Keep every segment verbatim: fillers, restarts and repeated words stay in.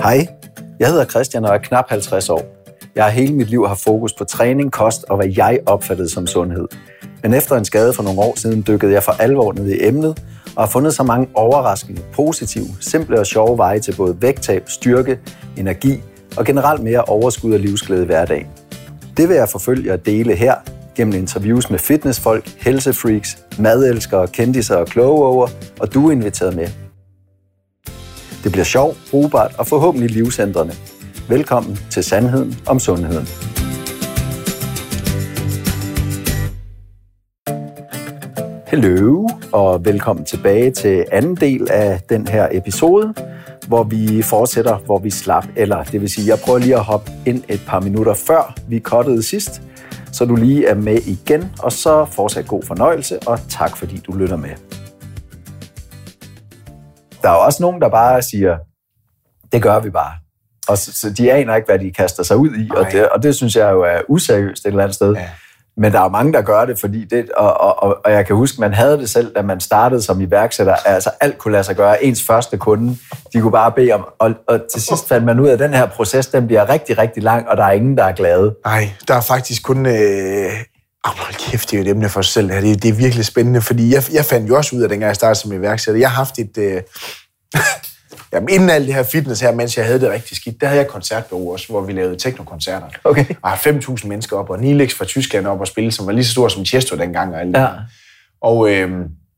Hej, jeg hedder Christian og er knap halvtreds år. Jeg har hele mit liv haft fokus på træning, kost og hvad jeg opfattede som sundhed. Men efter en skade for nogle år siden dykkede jeg for alvor ned i emnet og har fundet så mange overraskende, positive, simple og sjove veje til både vægttab, styrke, energi og generelt mere overskud og livsglæde i hverdagen. Det vil jeg forfølge og dele her gennem interviews med fitnessfolk, helsefreaks, madelskere, kendiser og klogeover, og du er inviteret med. Det bliver sjovt, brugbart og forhåbentlig livsændrende. Velkommen til Sandheden om Sundheden. Hallo, og velkommen tilbage til anden del af den her episode, hvor vi fortsætter, hvor vi slap. Eller det vil sige, jeg prøver lige at hoppe ind et par minutter før vi cuttede sidst, så du lige er med igen, og så fortsat god fornøjelse, og tak fordi du lytter med. Der er også nogen, der bare siger, det gør vi bare. Og så, så de aner ikke, hvad de kaster sig ud i, og det, og det synes jeg jo er useriøst et eller andet sted. Ja. Men der er jo mange, der gør det, fordi det, og, og, og jeg kan huske, man havde det selv, da man startede som iværksætter, altså alt kunne lade sig gøre. Ens første kunde, de kunne bare bede om, og, og til sidst fandt man ud af, at den her proces, den bliver rigtig, rigtig lang, og der er ingen, der er glade. Nej, der er faktisk kun... Øh... Åh, oh, hold kæft, det er jo et emne for sig selv. Det, det er virkelig spændende, fordi jeg, jeg fandt jo også ud af, dengang jeg startede som iværksætter. Jeg har haft et... Øh... Jamen, inden alt det her fitness her, mens jeg havde det rigtig skidt, der havde jeg koncertbureau også, hvor vi lavede techno-koncerter. Okay. Og har fem tusind mennesker op, og Nilex fra Tyskland op og spille, som var lige så stor som Chesto dengang. Og, ja. og øh,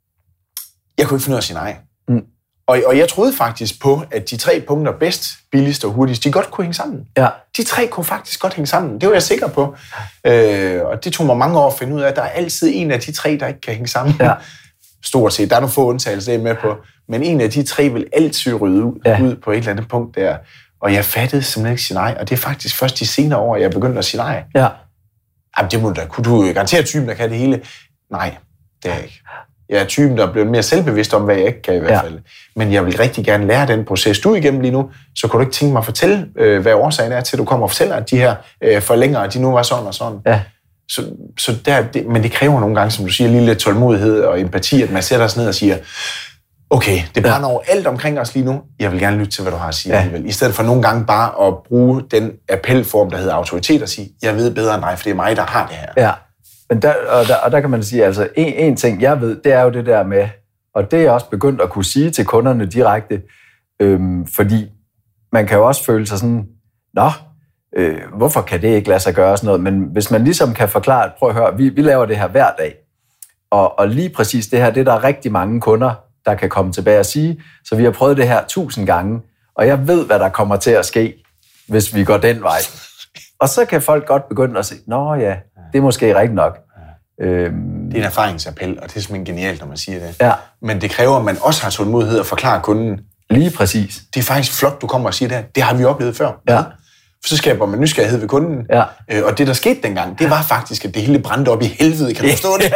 jeg kunne ikke finde ud af at sige nej. Mm. Og, og jeg troede faktisk på, at de tre punkter bedst, billigst og hurtigst, de godt kunne hænge sammen. Ja. De tre kunne faktisk godt hænge sammen. Det var jeg sikker på. Øh, og det tog mig mange år at finde ud af, at der er altid en af de tre, der ikke kan hænge sammen. Ja. Stort set. Der er nogle få undtagelser, det er med på. Men en af de tre vil altid rydde ud, ja. ud på et eller andet punkt der. Og jeg fattede simpelthen ikke sige nej. Og det er faktisk først de senere år, jeg begyndte at sige nej. Ja. Jamen, det må du da. Kunne du garantere typen, der kan det hele? Nej, det er jeg ikke. Jeg er typen, der er blevet mere selvbevidst om, hvad jeg ikke kan i hvert ja. fald. Men jeg vil rigtig gerne lære den proces, du er igennem lige nu. Så kunne du ikke tænke mig at fortælle, øh, hvad årsagen er til, at du kommer og fortæller, at de her øh, forlængere, de nu var sådan og sådan. Ja. Så, så der, det, men det kræver nogle gange, som du siger, lige lidt tålmodighed og empati, at man sætter os ned og siger, okay, det brænder over alt omkring os lige nu. Jeg vil gerne lytte til, hvad du har at sige ja. alligevel. I stedet for nogle gange bare at bruge den appelform, der hedder autoritet, og sige, jeg ved bedre end dig, for det er mig, der har det her. Ja, men der, og, der, og der kan man sige, altså en, en ting, jeg ved, det er jo det der med, og det er jeg også begyndt at kunne sige til kunderne direkte, øhm, fordi man kan jo også føle sig sådan, nå, øh, hvorfor kan det ikke lade sig gøre sådan noget? Men hvis man ligesom kan forklare, prøv at høre, vi, vi laver det her hver dag, og, og lige præcis det her, det er der rigtig mange kunder, der kan komme tilbage og sige. Så vi har prøvet det her tusind gange, og jeg ved, hvad der kommer til at ske, hvis vi går den vej. Og så kan folk godt begynde at sige, nå ja, det er måske rigtigt nok. Ja. Øhm... Det er en erfaringsappel, og det er simpelthen genialt, når man siger det. Ja. Men det kræver, at man også har tålmodighed at forklare kunden. Lige præcis. Det er faktisk flot, du kommer og siger det. Det har vi oplevet før. Ja. For så skaber man nysgerrighed ved kunden. Ja. Øh, og det, der skete dengang, det var faktisk, at det hele brændte op i helvede. Kan du forstå det?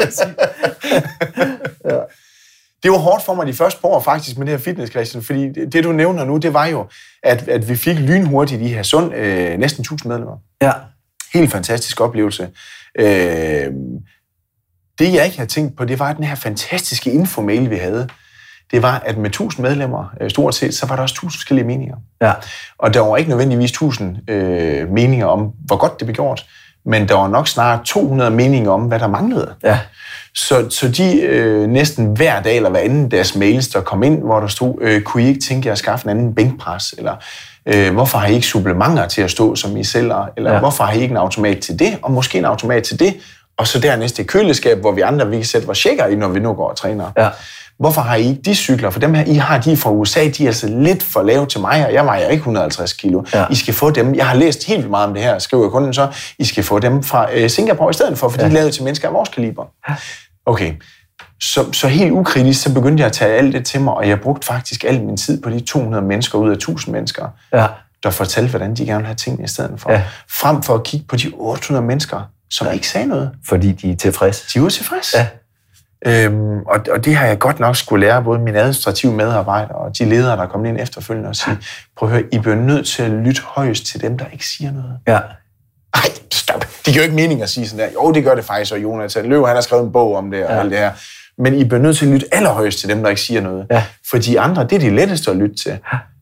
Ja. Det var hårdt for mig de første par år faktisk med det her fitness, Christian, fordi det, det du nævner nu, det var jo, at, at vi fik lynhurtigt i her sund øh, næsten tusind medlemmer. Ja. Helt fantastisk oplevelse. Øh, det jeg ikke havde tænkt på, det var den her fantastiske infomail, vi havde. Det var, at med tusind medlemmer, øh, stort set, så var der også tusind forskellige meninger. Ja. Og der var ikke nødvendigvis tusind øh, meninger om, hvor godt det blev gjort, men der var nok snarere to hundrede meninger om, hvad der manglede. Ja. Så, så de øh, næsten hver dag eller hver anden deres mails, der kom ind, hvor der stod, øh, kunne I ikke tænke jer at skaffe en anden bænkpres? Eller øh, hvorfor har I ikke supplementer til at stå, som I sælger? Eller ja. hvorfor har I ikke en automat til det? Og måske en automat til det? Og så dernæst et køleskab, hvor vi andre vi kan sætte vores shaker i, når vi nu går og træner. Ja. Hvorfor har I ikke de cykler? For dem her, I har de fra U S A, de er altså lidt for lave til mig, og jeg vejer ikke et hundrede og halvtreds kilo. Ja. I skal få dem, jeg har læst helt vildt meget om det her, skriver kunden så, I skal få dem fra øh, Singapore i stedet for, for ja. de er lavet til mennesker af vores kaliber. Okay, så, så helt ukritisk, så begyndte jeg at tage alt det til mig, og jeg brugte faktisk al min tid på de to hundrede mennesker ud af tusind mennesker, ja. der fortalte, hvordan de gerne vil have tingene i stedet for. Ja. Frem for at kigge på de otte hundrede mennesker, som ja. ikke sagde noget. Fordi de er tilfredse. De var tilfredse. Ja. Øhm, og, og det har jeg godt nok skulle lære, både mine administrative medarbejdere og de ledere, der er kommet ind efterfølgende og sige, prøv at høre, I bliver nødt til at lytte højst til dem, der ikke siger noget. Ja. Ej, stop. Det giver jo ikke mening at sige sådan der. Jo, det gør det faktisk, og Jonathan Løv, han har skrevet en bog om det og ja. alt det her. Men I bliver nødt til at lytte allerhøjst til dem, der ikke siger noget. Ja. For de andre, det er de letteste at lytte til.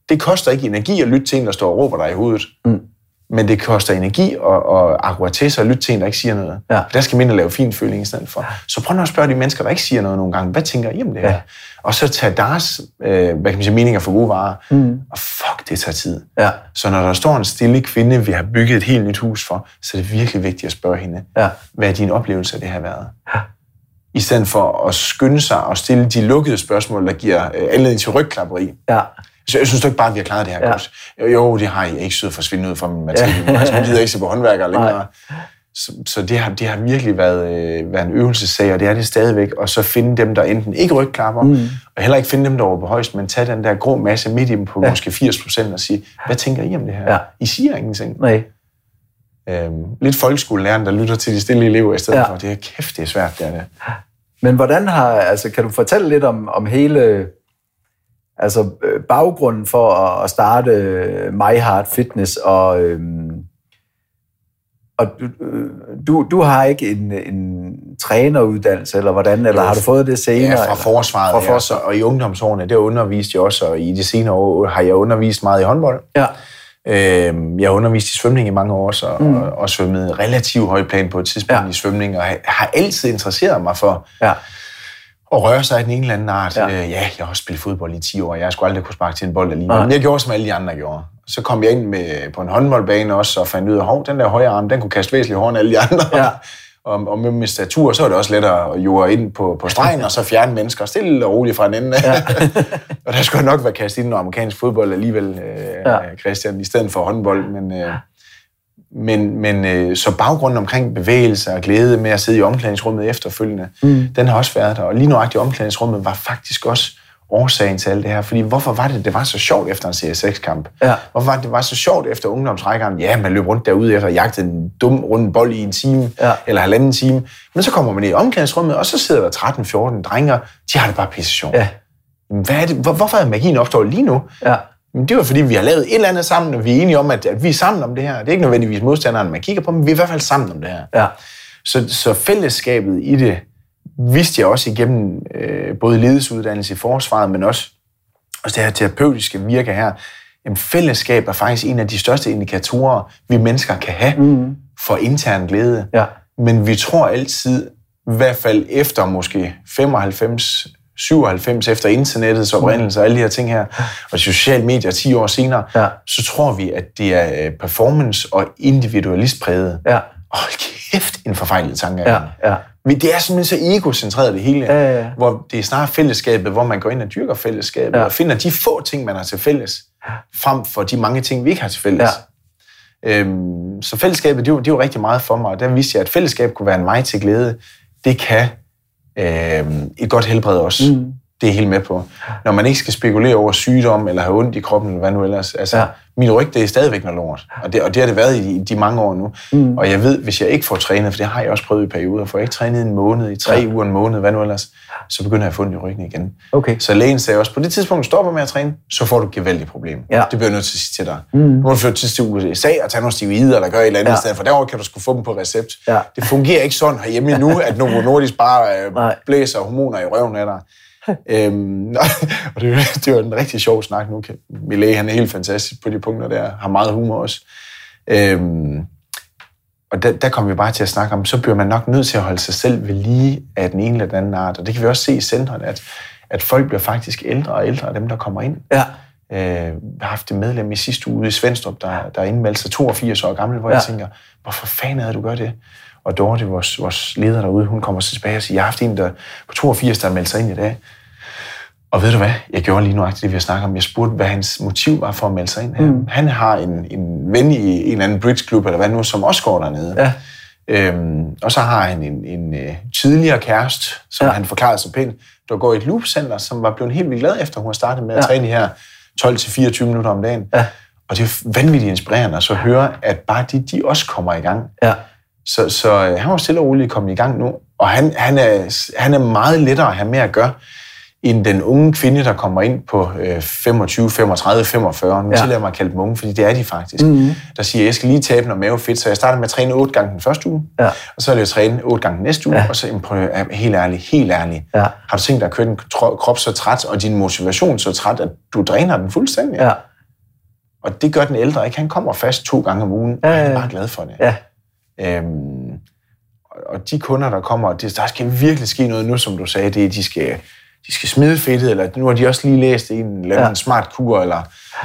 Det koster ikke energi at lytte til en, der står og råber dig i hovedet. Mm. Men det koster energi at, at akkurattere sig og lytte til en, der ikke siger noget. Ja. Der skal man ind og lave finføling i stedet for. Så prøv nu at spørge de mennesker, der ikke siger noget nogle gange. Hvad tænker I om det her? Ja. Og så tage deres øh, hvad kan man sige, meninger for gode varer. Mm. Og fuck, det tager tid. Ja. Så når der står en stille kvinde, vi har bygget et helt nyt hus for, så er det virkelig vigtigt at spørge hende, ja. Hvad er din oplevelse af det her været? Ja. I stedet for at skynde sig og stille de lukkede spørgsmål, der giver øh, anledning til rygklapperi. Ja. Så jeg synes du ikke bare, at vi har klaret det her, ja. Jo, det har I ikke sødt forsvindet ud fra min materiale. Altså, man gider ikke se på håndværkere længere. Så, så det, har, det har virkelig været, øh, været en øvelsessag, og det er det stadigvæk. Og så finde dem, der enten ikke rygklapper, mm. og heller ikke finde dem, der er på højst, men tage den der grå masse midt i dem på ja. Måske firs procent og sige, hvad tænker I om det her? Ja. I siger ingenting. Nej. Øhm, lidt folkeskolelæreren, der lytter til de stille elever i stedet ja. For. Det er kæft, det er svært, det er det. Men hvordan har, altså, kan du fortælle lidt om, om hele... Altså baggrunden for at starte My Heart Fitness, og, øhm, og du, du, du har ikke en, en træneruddannelse, eller hvordan, eller har du fået det senere? Ja, fra forsvaret, fra forsvaret. Ja, og i ungdomsårene, der underviste jeg også, og i de senere år har jeg undervist meget i håndbold. Ja. Øhm, jeg har undervist i svømning i mange år, så, mm. og, og svømmet relativt højt plan på et tidspunkt ja. I svømning, og har altid interesseret mig for... Ja. Og røre sig i den ene eller anden art. Ja. Øh, ja, jeg har også spillet fodbold i ti år, jeg skulle aldrig kunne sparke til en bold alligevel. Men jeg gjorde, som alle de andre gjorde. Så kom jeg ind med, på en håndboldbane også, og fandt ud af, at den der højre arm, den kunne kaste væsentligt hårdere end alle de andre. Ja. og, og med min statur, så var det også lettere at jorde ind på, på stregen, og så fjerne mennesker stille og roligt fra den ende. Ja. Og der skulle nok være kastet ind i amerikansk fodbold alligevel, øh, ja. Christian, i stedet for håndbold. Men... Øh, Men, men øh, så baggrunden omkring bevægelse og glæde med at sidde i omklædningsrummet efterfølgende, mm. den har også været der. Og lige nøjagtigt omklædningsrummet var faktisk også årsagen til alt det her. Fordi hvorfor var det, det var så sjovt efter en C S X-kamp? Ja. Hvorfor var det, det var så sjovt efter ungdomsrækkeren? Ja, man løb rundt derude efter at jagte en dum rund bold i en time, ja. Eller halvanden time. Men så kommer man i omklædningsrummet, og så sidder der tretten fjorten drenger. De har det bare pisse sjovt. Ja. Hvad er det? Hvor, hvorfor er magien opstået lige nu? Ja. Men det var fordi, vi har lavet et eller andet sammen, og vi er enige om, at, at vi er sammen om det her. Det er ikke nødvendigvis modstanderen, man kigger på, men vi er i hvert fald sammen om det her. Ja. Så, så fællesskabet i det vidste jeg også igennem øh, både ledelsesuddannelse i forsvaret, men også, også det her terapeutiske virke her. Jamen, fællesskab er faktisk en af de største indikatorer, vi mennesker kan have mm. for intern glæde. Ja. Men vi tror altid, i hvert fald efter måske femoghalvfems syvoghalvfems efter internettets oprindelse og alle de her ting her, og sociale medier ti år senere, ja. Så tror vi, at det er performance- og individualistpræget. Ja. Åh, kæft, en forfejlet tanke. Ja. Ja. Det er simpelthen så egocentreret det hele, ja, ja, ja. Hvor det er snarere fællesskabet, hvor man går ind og dyrker fællesskabet, ja. Og finder de få ting, man har til fælles, frem for de mange ting, vi ikke har til fælles. Ja. Øhm, så fællesskabet, det er, jo, det er jo rigtig meget for mig, og der vidste jeg, at fællesskab kunne være en vej til glæde. Det kan Øh, et godt helbred også. Mm. Det er helt med på. Når man ikke skal spekulere over sygdom, eller have ondt i kroppen, eller hvad nu ellers. Altså, ja. Min ryg, det er stadigvæk noget lort. Og det, og det har det været i de mange år nu. Mm. Og jeg ved, hvis jeg ikke får trænet, for det har jeg også prøvet i perioder, for jeg ikke trænet en måned, i tre ja. Uger, en måned, hvad nu ellers, så begynder jeg at få ondt i ryggen igen. Okay. Så lægen sagde også, på det tidspunkt, du stopper med at træne, så får du et gevaldigt problem. Ja. Det bliver jeg nødt til at sige til dig. Mm. Nu må du flytte til U S A og tage nogle steroider, eller gøre et eller andet ja. Sted, for derovre kan du sgu få dem på recept. Ja. Det fungerer ikke sådan herhjemme endnu, at Novo Nordisk bare øh, blæser hormoner i røven af dig. øhm, og det, det var en rigtig sjov snak nu. Min læge, han er helt fantastisk på de punkter der, har meget humor også. Øhm, og der, der kommer vi bare til at snakke om, så bliver man nok nødt til at holde sig selv ved lige af den ene eller den anden art. Og det kan vi også se i centrene, at, at folk bliver faktisk ældre og ældre af dem, der kommer ind. Ja. Øh, jeg har haft et medlem i sidste uge i Svendstrup, der, der er indmeldt sig toogfirs år gammel, hvor ja. Jeg tænker, hvorfor fanden er det, du gør det? Og Dorte, vores, vores leder derude, hun kommer så tilbage og siger, jeg har haft en der på toogfirs, der meldt sig ind i dag. Og ved du hvad? Jeg gjorde lige nøjagtigt det, vi har snakket om. Jeg spurgte, hvad hans motiv var for at melde sig ind her. Mm. Han har en, en ven i en eller anden bridgeklub, eller hvad nu, som også går dernede. Ja. Øhm, og så har han en, en, en tidligere kæreste, som ja. Han forklarede så pænt, der går i et loopcenter, som var blevet helt vildt glad efter, hun har startet med at ja. Træne de her tolv til fireogtyve minutter om dagen. Ja. Og det er vanvittigt inspirerende at så høre, at bare de, de også kommer i gang. Ja. Så, så han var stille og roligt kommet i gang nu, og han, han, er, han er meget lettere at have med at gøre, end den unge kvinde, der kommer ind på øh, femogtyve, femogtredive, femogfyrre. Nu ja. Tillader mig at kalde dem unge, fordi det er de faktisk. Mm-hmm. Der siger, jeg skal lige tabe noget mavefedt, så jeg starter med at træne otte gange den første uge, ja. Og så vil jeg træne otte gange den næste uge, ja. Og så prøver jeg, helt ærligt, helt ærligt. Ja. Har du tænkt dig at køre din krop så træt, og din motivation så træt, at du dræner den fuldstændig? Ja. Og det gør den ældre ikke. Han kommer fast to gange om ugen, ja, og han er bare glad for det. Ja. Øhm, og de kunder, der kommer, det, der skal virkelig ske noget nu, som du sagde, det er, de skal, de skal smide fedtet, eller nu har de også lige læst en eller anden ja. smart kur, eller...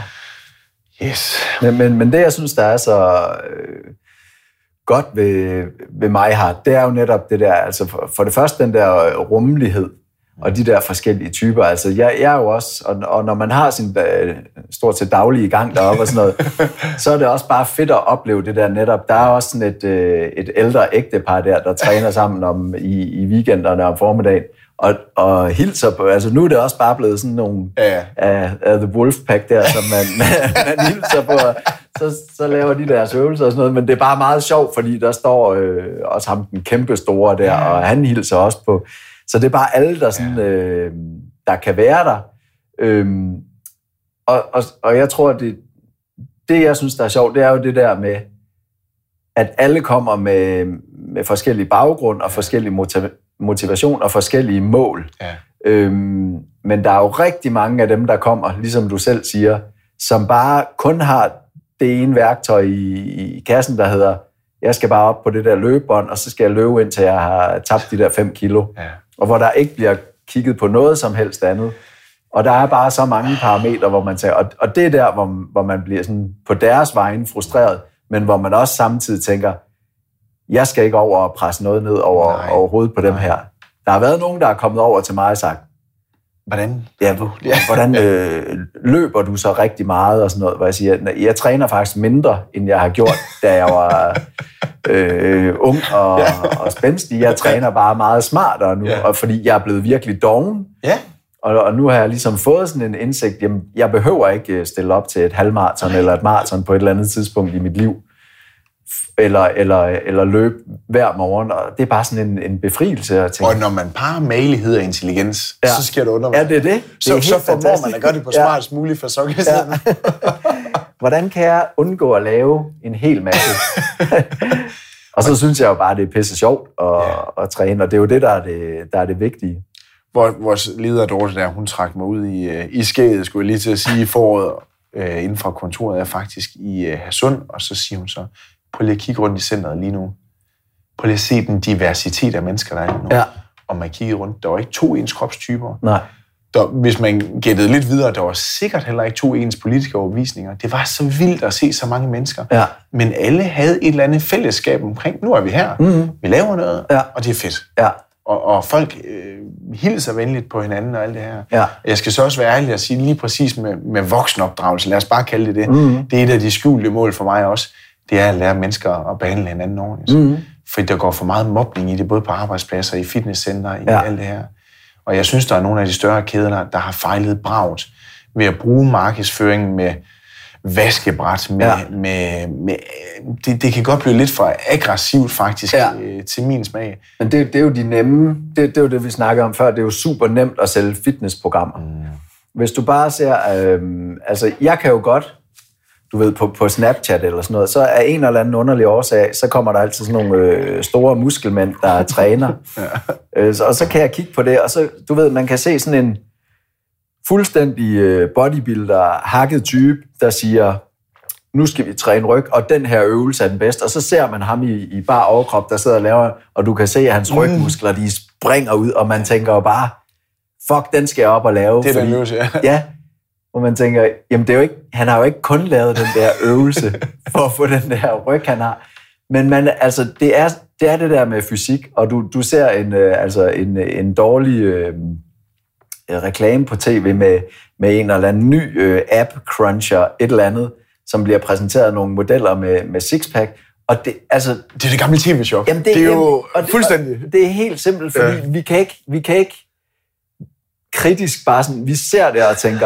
Yes. Men, men, men det, jeg synes, der er så øh, godt ved, ved MyHeart, det er jo netop det der, altså for, for det første den der rummelighed, og de der forskellige typer. Altså, jeg, jeg er jo også, og, og når man har sin øh, stort set daglige gang deroppe og sådan noget, så er det også bare fedt at opleve det der netop. Der er også sådan et, øh, et ældre ægtepar der, der træner sammen om, i, i weekenderne om formiddagen, og, og hilser på. Altså, nu er det også bare blevet sådan nogle ja. af, af The Wolfpack der, som man, man, man hilser på, så, så laver de deres øvelser og sådan noget, men det er bare meget sjovt, fordi der står øh, også ham den kæmpe store der, og han hilser også på. Så det er bare alle, der, sådan, øh, der kan være der. Øhm, og, og, og jeg tror, det, det, jeg synes, der er sjovt, det er jo det der med, at alle kommer med, med forskellige baggrund og forskellige motiv- motivation og forskellige mål. Ja. Øhm, men der er jo rigtig mange af dem, der kommer, ligesom du selv siger, som bare kun har det ene værktøj i, i kassen, der hedder, jeg skal bare op på det der løbebånd, og så skal jeg løbe, indtil jeg har tabt de der fem kilo. Ja. Og hvor der ikke bliver kigget på noget som helst andet. Og der er bare så mange parametre, hvor man tager, og, og det er der, hvor, hvor man bliver sådan på deres vegne frustreret, men hvor man også samtidig tænker, jeg skal ikke over og presse noget ned over, over hovedet på dem her. Der har været nogen, der er kommet over til mig og sagt, hvordan, ja, hvordan øh, løber du så rigtig meget og sådan noget, hvor jeg siger, jeg træner faktisk mindre, end jeg har gjort, da jeg var øh, ung og, og spændstig. Jeg træner bare meget smartere nu, ja. og fordi jeg er blevet virkelig doven. Ja. Og, og nu har jeg ligesom fået sådan en indsigt, jamen, jeg behøver ikke stille op til et halvmaraton eller et maraton på et eller andet tidspunkt i mit liv, eller, eller, eller løbe hver morgen, og det er bare sådan en, en befrielse at tænke. Og når man parer malighed og intelligens, ja. så sker det under mig. Ja, det er det. det så, er så formår fantastisk. Man at gøre det på smartest ja. muligt for ja. Hvordan kan jeg undgå at lave en hel masse? Og så synes jeg jo bare, det er pisse sjovt at, ja. at træne, og det er jo det, der er det, der er det vigtige. Hvor, vores leder Dorte der, hun trak mig ud i, i skæget, skulle jeg lige til at sige, i foråret øh, inden fra kontoret er faktisk i øh, Hadsund, og så siger hun så, prøv lige at kigge rundt i centret lige nu. Prøv lige at se den diversitet af mennesker, der er nu. Ja. Og man kiggede rundt, der var ikke to ens kropstyper. Nej. Der, hvis man gættede lidt videre, der var sikkert heller ikke to ens politiske overbevisninger. Det var så vildt at se så mange mennesker. Ja. Men alle havde et eller andet fællesskab omkring, nu er vi her, mm-hmm. vi laver noget, ja. og det er fedt. Ja. Og, og folk øh, hilser venligt på hinanden og alt det her. Ja. Jeg skal så også være ærlig og sige lige præcis med, med voksenopdragelse, lad os bare kalde det det. Mm-hmm. Det er et af de skjulte mål for mig også. Det er at lære mennesker at behandle hinanden ordentligt. Mm-hmm. Fordi der går for meget mobning i det, både på arbejdspladser, i fitnesscenter, i ja. alt det her. Og jeg synes, der er nogle af de større kæder, der har fejlet bragt ved at bruge markedsføringen med vaskebræt. Med, ja. med, med, det, det kan godt blive lidt for aggressivt faktisk ja. øh, til min smag. Men det, det er jo de nemme, det, det er jo det, vi snakkede om før, det er jo super nemt at sælge fitnessprogrammer. Mm. Hvis du bare ser, øh, altså jeg kan jo godt, du ved, på, på Snapchat eller sådan noget, så er en eller anden underlig årsag, så kommer der altid sådan nogle øh, store muskelmænd, der træner. ja. øh, så, og så kan jeg kigge på det, og så, du ved, man kan se sådan en fuldstændig øh, bodybuilder, hakket type, der siger, nu skal vi træne ryg, og den her øvelse er den bedste. Og så ser man ham i, i bare overkrop, der sidder og laver, og du kan se, at hans rygmuskler, de springer ud, og man tænker jo bare, fuck, den skal jeg op og lave. Det er den øvelse, ja. Ja. Og man tænker, jamen det er jo ikke, han har jo ikke kun lavet den der øvelse for at få den der ryg, han har. Men man, altså, det, er, det er det der med fysik, og du, du ser en, øh, altså en, en dårlig øh, reklame på tv med, med en eller anden ny øh, app, Cruncher, et eller andet, som bliver præsenteret nogle modeller med, med sixpack. Og det, altså, det er det gamle tv-show. Jamen, det, det er jo og det, fuldstændig... Og det er helt simpelt, fordi ja. vi, kan ikke, vi kan ikke kritisk bare sådan, vi ser det og tænker...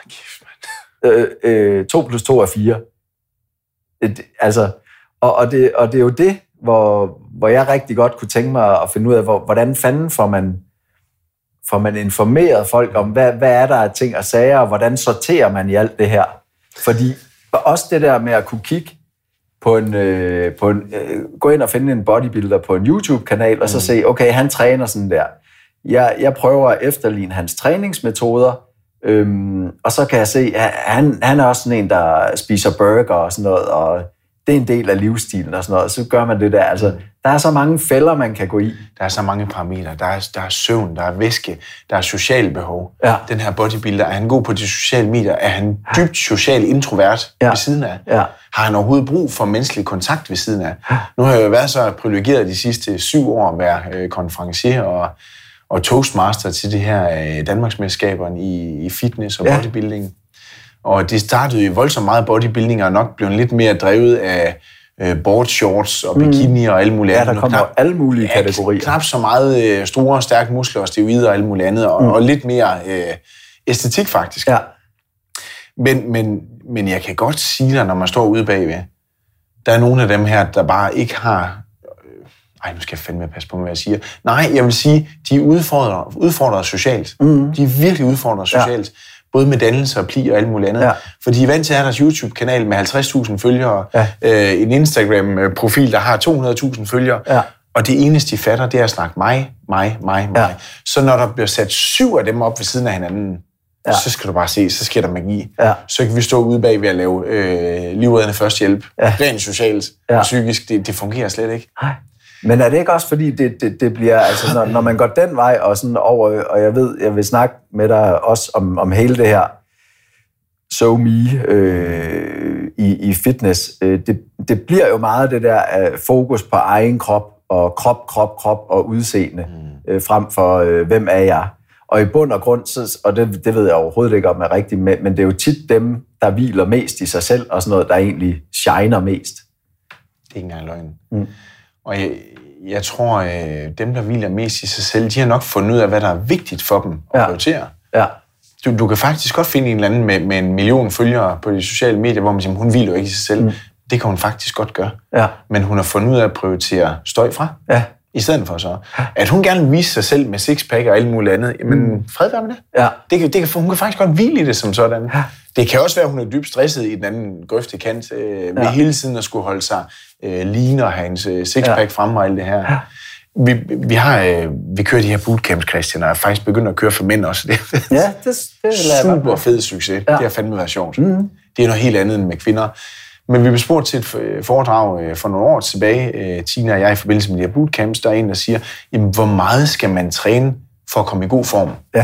Øh, øh, to plus to er fire. Det, altså, og, og, det, og det er jo det, hvor, hvor jeg rigtig godt kunne tænke mig at finde ud af, hvor, hvordan fanden får man, får man informeret folk om, hvad, hvad er der af ting og sager, og hvordan sorterer man i alt det her. Fordi også det der med at kunne kigge på en, øh, på en øh, gå ind og finde en bodybuilder på en YouTube-kanal, og så mm. se, okay, han træner sådan der. Jeg, jeg prøver at efterligne hans træningsmetoder, Øhm, og så kan jeg se, at han, han er også sådan en, der spiser burger og sådan noget, og det er en del af livsstilen og sådan noget, og så gør man det der. Altså, der er så mange fælder, man kan gå i. Der er så mange parametre. Der er, der er søvn, der er væske, der er sociale behov. Ja. Den her bodybuilder, er han god på de sociale medier? Er han dybt social introvert ja. ved siden af? Ja. Har han overhovedet brug for menneskelig kontakt ved siden af? Nu har jeg jo været så privilegeret de sidste syv år at være øh, konferencier og, og toastmaster til det her øh, Danmarksmesterskaberne i, i fitness og ja. bodybuilding. Og det startede jo voldsomt meget bodybuilding, og nok blev lidt mere drevet af øh, board shorts og bikini mm. og alle mulige andet. Ja, der kommer knap, alle mulige kategorier. Ja, knap så meget øh, store, stærke muskler og steroider og alle mulige andet, og, mm. og lidt mere øh, æstetik faktisk. Ja. Men, men, men jeg kan godt sige dig, når man står ude bagved, der er nogle af dem her, der bare ikke har... Øh, ej, nu skal jeg fandme passe på, hvad jeg siger. Nej, jeg vil sige, de er udfordret, udfordret socialt. Mm. De er virkelig udfordret socialt. Ja. Både med dannelse og pli og alt muligt andet. Ja. For de er vant til at have deres YouTube-kanal med halvtreds tusind følgere, ja. øh, en Instagram-profil, der har to hundrede tusind følgere, ja. og det eneste, de fatter, det er at snakke mig, mig, mig, mig. Ja. Så når der bliver sat syv af dem op ved siden af hinanden, ja. så skal du bare se, så sker der magi. Ja. Så kan vi stå ude bag ved at lave øh, livreddende førstehjælp, ja. rent socialt ja. og psykisk. Det, det fungerer slet ikke. Nej. Men er det ikke også, fordi det, det, det bliver, altså når, når man går den vej og sådan over, og jeg ved, jeg vil snakke med dig også om, om hele det her so me øh, i, i fitness, øh, det, det bliver jo meget det der øh, fokus på egen krop, og krop, krop, krop og udseende, mm. øh, frem for øh, hvem er jeg. Og i bund og grund, så, og det, det ved jeg overhovedet ikke om er rigtigt, men, men det er jo tit dem, der hviler mest i sig selv, og sådan noget, der egentlig shiner mest. Det er ikke engang løgn. Mm. Og jeg, jeg tror, øh, dem, der hviler mest i sig selv, de har nok fundet ud af, hvad der er vigtigt for dem at ja. prioritere. Ja. Du, du kan faktisk godt finde en eller anden med, med en million følgere på de sociale medier, hvor man siger, hun hviler jo ikke i sig selv. Mm. Det kan hun faktisk godt gøre. Ja. Men hun har fundet ud af at prioritere støj fra. Ja. I stedet for så. At hun gerne vil vise sig selv med sixpack og alt muligt andet. Jamen, mm. fred være med det. Ja. det, kan, det kan, hun kan faktisk godt hvile i det som sådan. Ja. Det kan også være, at hun er dybt stresset i den anden grøfte kant, øh, ved ja. hele tiden at skulle holde sig øh, lean og have hendes øh, sixpack ja. fremme og alt det her. Ja. Vi, vi, har, øh, vi kører de her bootcamps, Christian, og er faktisk begyndt at køre for mænd også. Det er ja, det, det super fed succes. Ja. Det har fandme været sjovt. Mm. Det er noget helt andet end med kvinder. Men vi blev spurgt til et foredrag for nogle år tilbage, Tina og jeg, i forbindelse med de her bootcamps, der er en, der siger, jamen, hvor meget skal man træne for at komme i god form? Ja.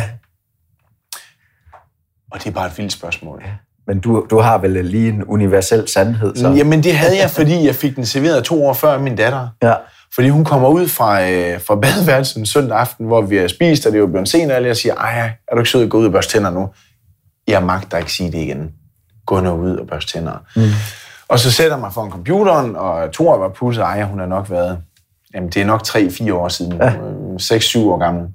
Og det er bare et vildt spørgsmål. Ja. Men du, du har vel lige en universel sandhed, så? Jamen, det havde jeg, fordi jeg fik den serveret to år før min datter. Ja. Fordi hun kommer ud fra, øh, fra badeværelsen en søndag aften, hvor vi har spist, og det er jo blevet sent, og jeg siger, ej, er du ikke sød at gå ud og børste tænder nu? Jeg magter ikke sige det igen. Gå nu ud og børste tænder. Mm. Og så sætter mig foran computeren, og Thor var pusset, ej, hun har nok været, jamen det er nok tre fire år siden, ja. seks syv år gammel.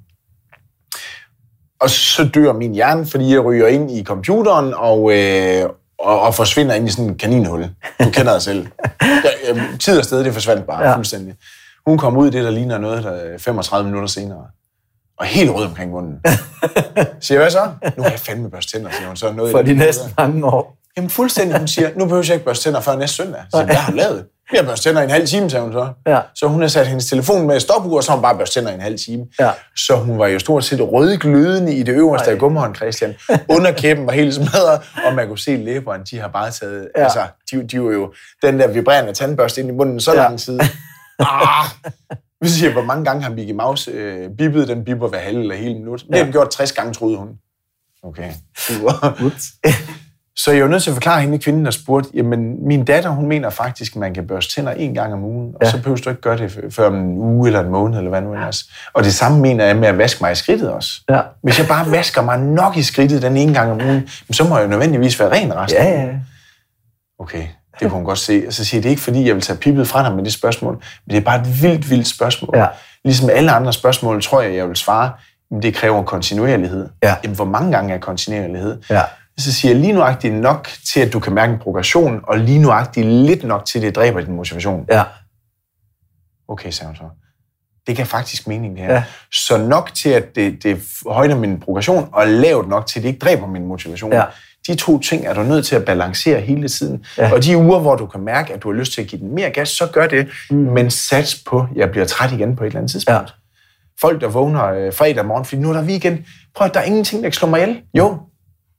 Og så dør min hjerne, fordi jeg ryger ind i computeren, og, øh, og, og forsvinder ind i sådan en kaninhul. Du kender dig selv. Der, øh, tid og sted, det forsvandt bare ja. fuldstændig. Hun kom ud i det, der ligner noget, der femogtredive minutter senere. Og helt rød omkring munden. Siger hvad så? Nu har jeg fandme børste tænder, siger hun så. Noget for de næste mange år. Jamen fuldstændig, hun siger, nu behøver jeg ikke børste tænder før næste søndag. Så siger, hvad har lavet? Jeg har børste tænder i en halv time, sagde hun så. Ja. Så hun har sat hendes telefon med stopur, og så har hun bare børste tænder i en halv time. Ja. Så hun var jo stort set rødglødende i det øverste af gummeren, Christian. Underkæben var helt smadret, og man kunne se læberne, de har bare taget, ja. altså, de, de var jo den der vibrerende tandbørste ind i munden så ja. lang tid. Ah! Vi siger, hvor mange gange har Mickey Mouse øh, bippet, den bipper hver halv eller hele minut. Det har ja. den gjort tres gange, troede hun. Okay, super. Så jeg var nødt til at forklare hende, kvinden, der spurgte, jamen min datter, hun mener faktisk, at man kan børste tænder en gang om ugen, og ja. så behøver du ikke gøre det før om en uge eller en måned, eller hvad nu ellers. Og det samme mener jeg med at vaske mig i skridtet også. Ja. Hvis jeg bare vasker mig nok i skridtet den ene gang om ugen, så må jeg jo nødvendigvis være ren resten. Ja, ja. Okay, det kunne hun godt se. Og så siger jeg, det er ikke fordi, jeg vil tage pippet fra dig med det spørgsmål, men det er bare et vildt, vildt spørgsmål. Ja. Ligesom alle andre spørgsmål, tror jeg, jeg vil svare, men det kræver kontinuerlighed. Ja. Jamen, hvor mange gange er kontinuerlighed? Ja. Så siger jeg lige nuagtigt nok til, at du kan mærke en progression, og lige nuagtigt lidt nok til, at det dræber din motivation. Ja. Okay, sagde hun så. Det kan faktisk mening, det her. Ja. Så nok til, at det, det højner min progression, og lavt nok til, at det ikke dræber min motivation. Ja. De to ting er du nødt til at balancere hele tiden. Ja. Og de uger, hvor du kan mærke, at du har lyst til at give den mere gas, så gør det. Mm. Men sats på, at jeg bliver træt igen på et eller andet tidspunkt. Ja. Folk, der vågner fredag morgen, fordi nu er der weekend. Prøv at der er ingenting, der kan slå mig ihjel. Jo,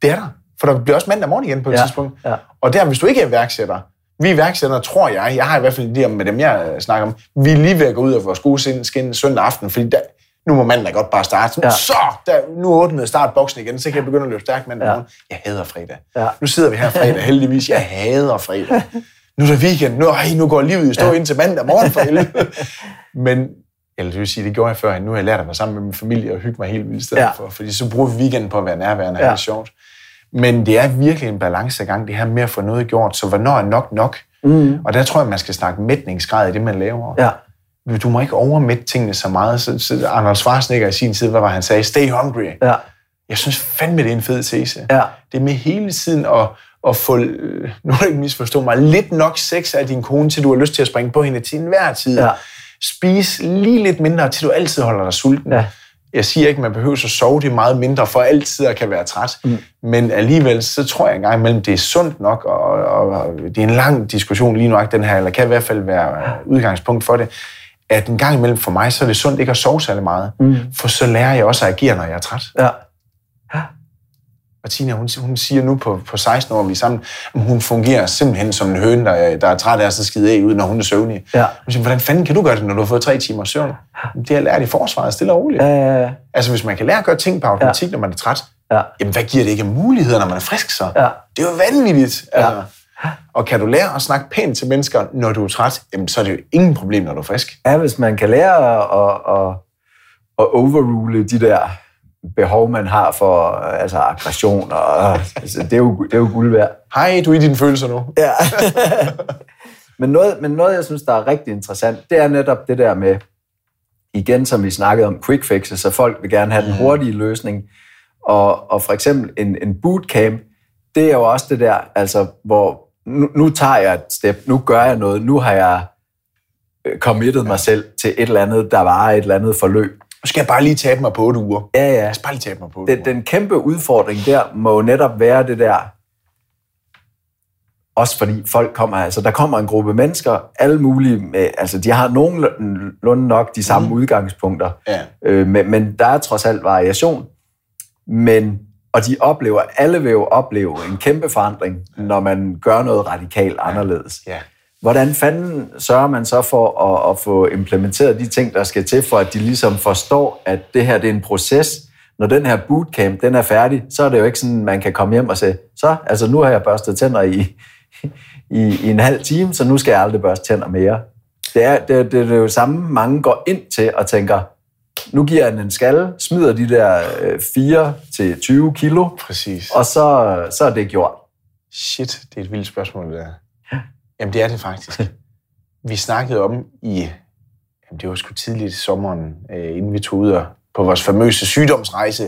Det er der. For der bliver også mandag morgen igen på et ja. tidspunkt. Ja. Og der, hvis du ikke er iværksætter, vi iværksættere, tror jeg, jeg har i hvert fald det med dem, jeg snakker om, vi er lige ved at gå ud af vores gode skin søndag aften, fordi der, nu må mandag godt bare starte. Ja. Så, der, nu åbnede startboksen igen, så kan jeg begynde at løbe stærkt mandag morgen. Ja. Jeg hader fredag. Ja. Nu sidder vi her fredag, heldigvis. Jeg hader fredag. Nu er der weekend. Nu, ej, nu går livet i stå ja. indtil mandag morgen for helvede. Men jeg vil sige, det gjorde jeg før. Nu har jeg lært at være sammen med min familie og hygge mig helt vildt i stedet ja. for. Fordi så bruger vi weekenden på at være nærværende og ja. have det sjovt. Men det er virkelig en balancegang, det her med at få noget gjort. Så hvornår er nok nok? Mm. Og der tror jeg, man skal snakke mætningsgrad i det, man laver. Ja. Du må ikke overmætte tingene så meget. Så, så Arnold Schwarzenegger i sin tid, hvad var han sagde? Stay hungry. Ja. Jeg synes fandme, det er en fed tese. Ja. Det er med hele tiden at, at få, nu har du ikke misforstået mig, lidt nok sex af din kone, til du har lyst til at springe på hende til enhver tid. Ja. Spis lige lidt mindre, til du altid holder dig sulten. Ja. Jeg siger ikke, at man behøver at sove det meget mindre, for altid at kan være træt. Mm. Men alligevel, så tror jeg engang imellem, det er sundt nok, og, og, og det er en lang diskussion lige nu, den her, eller kan i hvert fald være udgangspunkt for det, at en gang imellem for mig, så er det sundt ikke at sove særlig meget, mm. for så lærer jeg også at agere, når jeg er træt. Ja. Ja. Og Tina, hun, hun siger nu på, på seksten år, vi er sammen, at hun fungerer simpelthen som en høne, der, der er træt af at så skide af ud, når hun er søvnig. Ja. Hun siger, hvordan fanden kan du gøre det, når du har fået tre timer søvn? Det har jeg lært i forsvaret, stille og roligt. Ja, ja, ja. Altså, hvis man kan lære at gøre ting på automatik, ja. når man er træt, ja. jamen, hvad giver det ikke muligheder, når man er frisk så? Ja. Det er jo vanvittigt. Ja. Altså. Og kan du lære at snakke pænt til mennesker, når du er træt, jamen, så er det jo ingen problem, når du er frisk. Ja, hvis man kan lære at, at, at overrule de der behov, man har for altså aggression, og, altså, det, er jo, det er jo guld værd. Hej, du er i dine følelser nu. Ja. men, noget, men noget, jeg synes, der er rigtig interessant, det er netop det der med, igen, som vi snakkede om, quick fixes, så folk vil gerne have den hurtige løsning. Og, og for eksempel en, en bootcamp, det er jo også det der, altså, hvor nu, nu tager jeg et step, nu gør jeg noget, nu har jeg committed mig selv til et eller andet, der var et eller andet forløb. Nu skal jeg bare lige tabe mig på otte uger. Ja, ja. Jeg skal bare lige tabe mig på otte den, uger. Den kæmpe udfordring der må jo netop være det der, også fordi folk kommer, altså der kommer en gruppe mennesker, alle mulige, med, altså de har nogenlunde nok de samme mm. udgangspunkter, ja. øh, men, men der er trods alt variation, men, og de oplever, alle vil jo opleve en kæmpe forandring, ja. når man gør noget radikalt anderledes. Ja. Hvordan fanden sørger man så for at, at få implementeret de ting, der skal til, for at de ligesom forstår, at det her det er en proces. Når den her bootcamp den er færdig, så er det jo ikke sådan, man kan komme hjem og sige, så, altså nu har jeg børstet tænder i, i, i en halv time, så nu skal jeg aldrig børste tænder mere. Det er, det, det, det er jo samme, mange går ind til og tænker, nu giver jeg den en skalle, smider de der fire til tyve kilo, præcis. Og så, så er det gjort. Shit, det er et vildt spørgsmål, det der. Jamen, det er det faktisk. Vi snakkede om i, jamen, det var sgu tidligt i sommeren, øh, inden vi tog ud på vores famøse sygdomsrejse,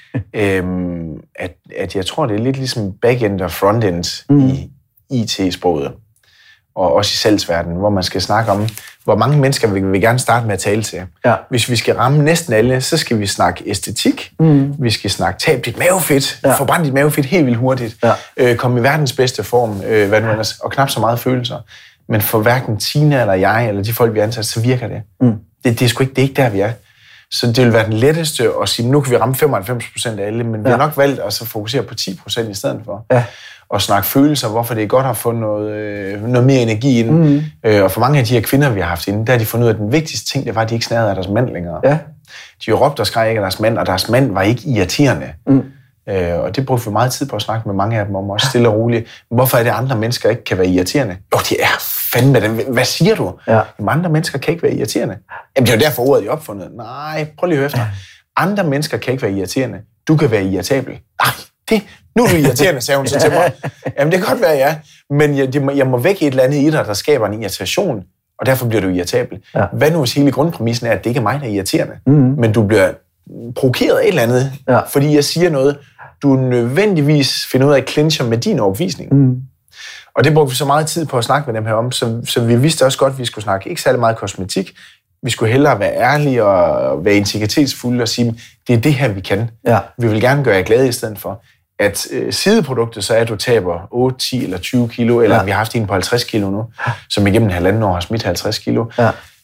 øhm, at, at jeg tror, det er lidt ligesom back-end og front-end mm. i I T-sproget, og også i salgsverdenen, hvor man skal snakke om, hvor mange mennesker vi vil gerne starte med at tale til. Ja. Hvis vi skal ramme næsten alle, så skal vi snakke æstetik, mm. vi skal snakke tab dit mavefedt, ja. forbrænde dit mavefedt helt vildt hurtigt, ja. øh, komme i verdens bedste form, øh, hvad nu ellers, og knap så meget følelser. Men for hverken Tina eller jeg, eller de folk, vi ansætter, så virker det. Mm. Det, det, er sgu ikke, det er ikke der, vi er. Så det vil være den letteste at sige, nu kan vi ramme femoghalvfems procent af alle, men vi ja. har nok valgt at så fokusere på ti procent i stedet for. Ja. Og snakke følelser, hvorfor det er godt at få noget, øh, noget mere energi ind. Mm. Øh, og for mange af de her kvinder, vi har haft inde, der har de fundet ud af, at den vigtigste ting, det var, at de ikke snærede af deres mand længere. Ja. De råbte og skreg ikke af deres mand, og deres mand var ikke irriterende. Mm. Øh, og det brugte vi meget tid på at snakke med mange af dem om, også stille og roligt. Hvorfor er det, at andre mennesker ikke kan være irriterende? Jo, det er fandme det. Hvad siger du? Ja. Jamen, andre mennesker kan ikke være irriterende. Jamen, det er jo derfor ordet, de opfundet. Nej, prøv lige at høre efter. Andre mennesker kan ikke være irriterende. Du kan være irritabel. Nej, det... Nu er du irriterende, sagde hun så til mig. Jamen, det kan godt være, ja. Men jeg, det må, jeg må væk i et eller andet i dig, der skaber en irritation, og derfor bliver du irritabel. Ja. Hvad nu hvis hele grundpræmissen er, at det ikke er mig, der er irriterende, mm-hmm. men du bliver provokeret af et eller andet, ja. fordi jeg siger noget, du nødvendigvis finder ud af at clincher med din overbevisning. Mm. Og det brugte vi så meget tid på at snakke med dem her om, så, så vi vidste også godt, at vi skulle snakke ikke særlig meget kosmetik. Vi skulle hellere være ærlige og være integritetsfulde og sige, det er det her, vi kan. Ja. Vi vil gerne gøre jer glade i stedet for. At øh, sideproduktet, så er, at du taber otte, ti eller tyve kilo, eller ja. vi har haft en på halvtreds kilo nu, som igennem halvanden år har smidt halvtreds kilo. Ja.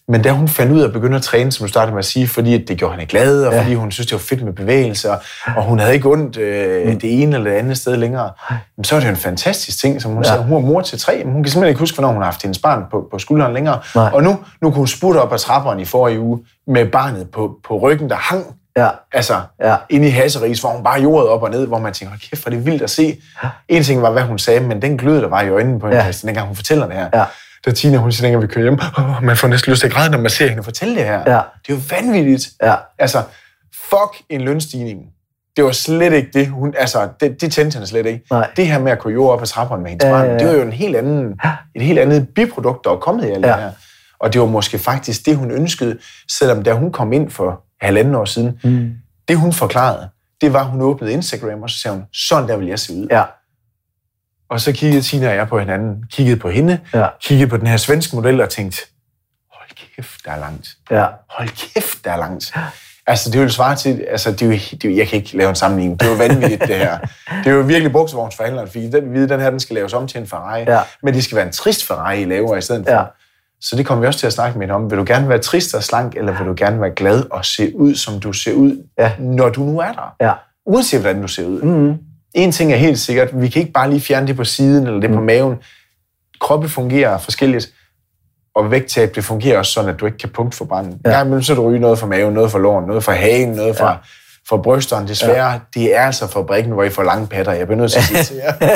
Men da hun fandt ud af at begynde at træne, som du startede med at sige, fordi det gjorde hende glad, og ja. fordi hun synes, det var fedt med bevægelser, og hun havde ikke ondt øh, mm. det ene eller det andet sted længere, men så er det jo en fantastisk ting, som hun ja. siger. Hun er mor til tre, men hun kan simpelthen ikke huske, hvornår hun har haft hendes barn på, på skulderen længere. Nej. Og nu, nu kunne hun sputte op ad trapperne i forrige uge med barnet på, på ryggen, der hang ja. altså ja. inde i hasseris, hvor hun bare jordede op og ned, hvor man tænker, hold kæft, hvor det er vildt at se. Ja. En ting var, hvad hun sagde, men den glød, der var i øjnene på hende, ja. dengang hun fortæller det her. Ja. Da Tina, hun siger, at vi kører hjem, oh, man får næsten lyst til at græde, når man ser hende fortælle det her. Ja. Det er jo vanvittigt. Ja. Altså, fuck en lønstigning. Det var slet ikke det, hun, altså, det, det tændte hende slet ikke. Nej. Det her med at kunne jorde op ad trapperne med hendes barn, ja, ja, ja. det var jo en helt anden, et helt andet biprodukt, der var kommet i alt ja. det her. Og det var måske faktisk det, hun ønskede, selvom da hun kom ind for halvanden år siden, mm. det hun forklarede, det var, at hun åbnede Instagram, og så sagde hun, sådan der vil jeg se ud. Ja. Og så kiggede Tina og jeg på hinanden, kiggede på hende, ja. kiggede på den her svenske model og tænkte, hold kæft, der er langt. Ja. Hold kæft, der er langt. Altså, det er jo svare til, altså, det er jo, det er jo, jeg kan ikke lave en sammenligning, det er jo vanvittigt, det her. Det er jo virkelig buksevognsforhandleren, fordi den vide, den her, den skal laves om til en Ferrari, ja. men det skal være en trist Ferrari, I laver i stedet for. Ja. Så det kommer vi også til at snakke med hende om. Vil du gerne være trist og slank, eller vil du gerne være glad og se ud, som du ser ud, ja. når du nu er der? Ja. Uanset hvordan du ser ud. Mm-hmm. En ting er helt sikkert, vi kan ikke bare lige fjerne det på siden, eller det mm. på maven. Kroppen fungerer forskelligt, og vægttab, det fungerer også sådan, at du ikke kan punktforbrænde. Ja. Ja, men så du ryge noget fra maven, noget fra låren, noget fra hagen, noget fra, ja. fra brysterne. Desværre, ja. det er altså fabrikken, hvor I får lange patter. Jeg bliver nødt til at sige til jer.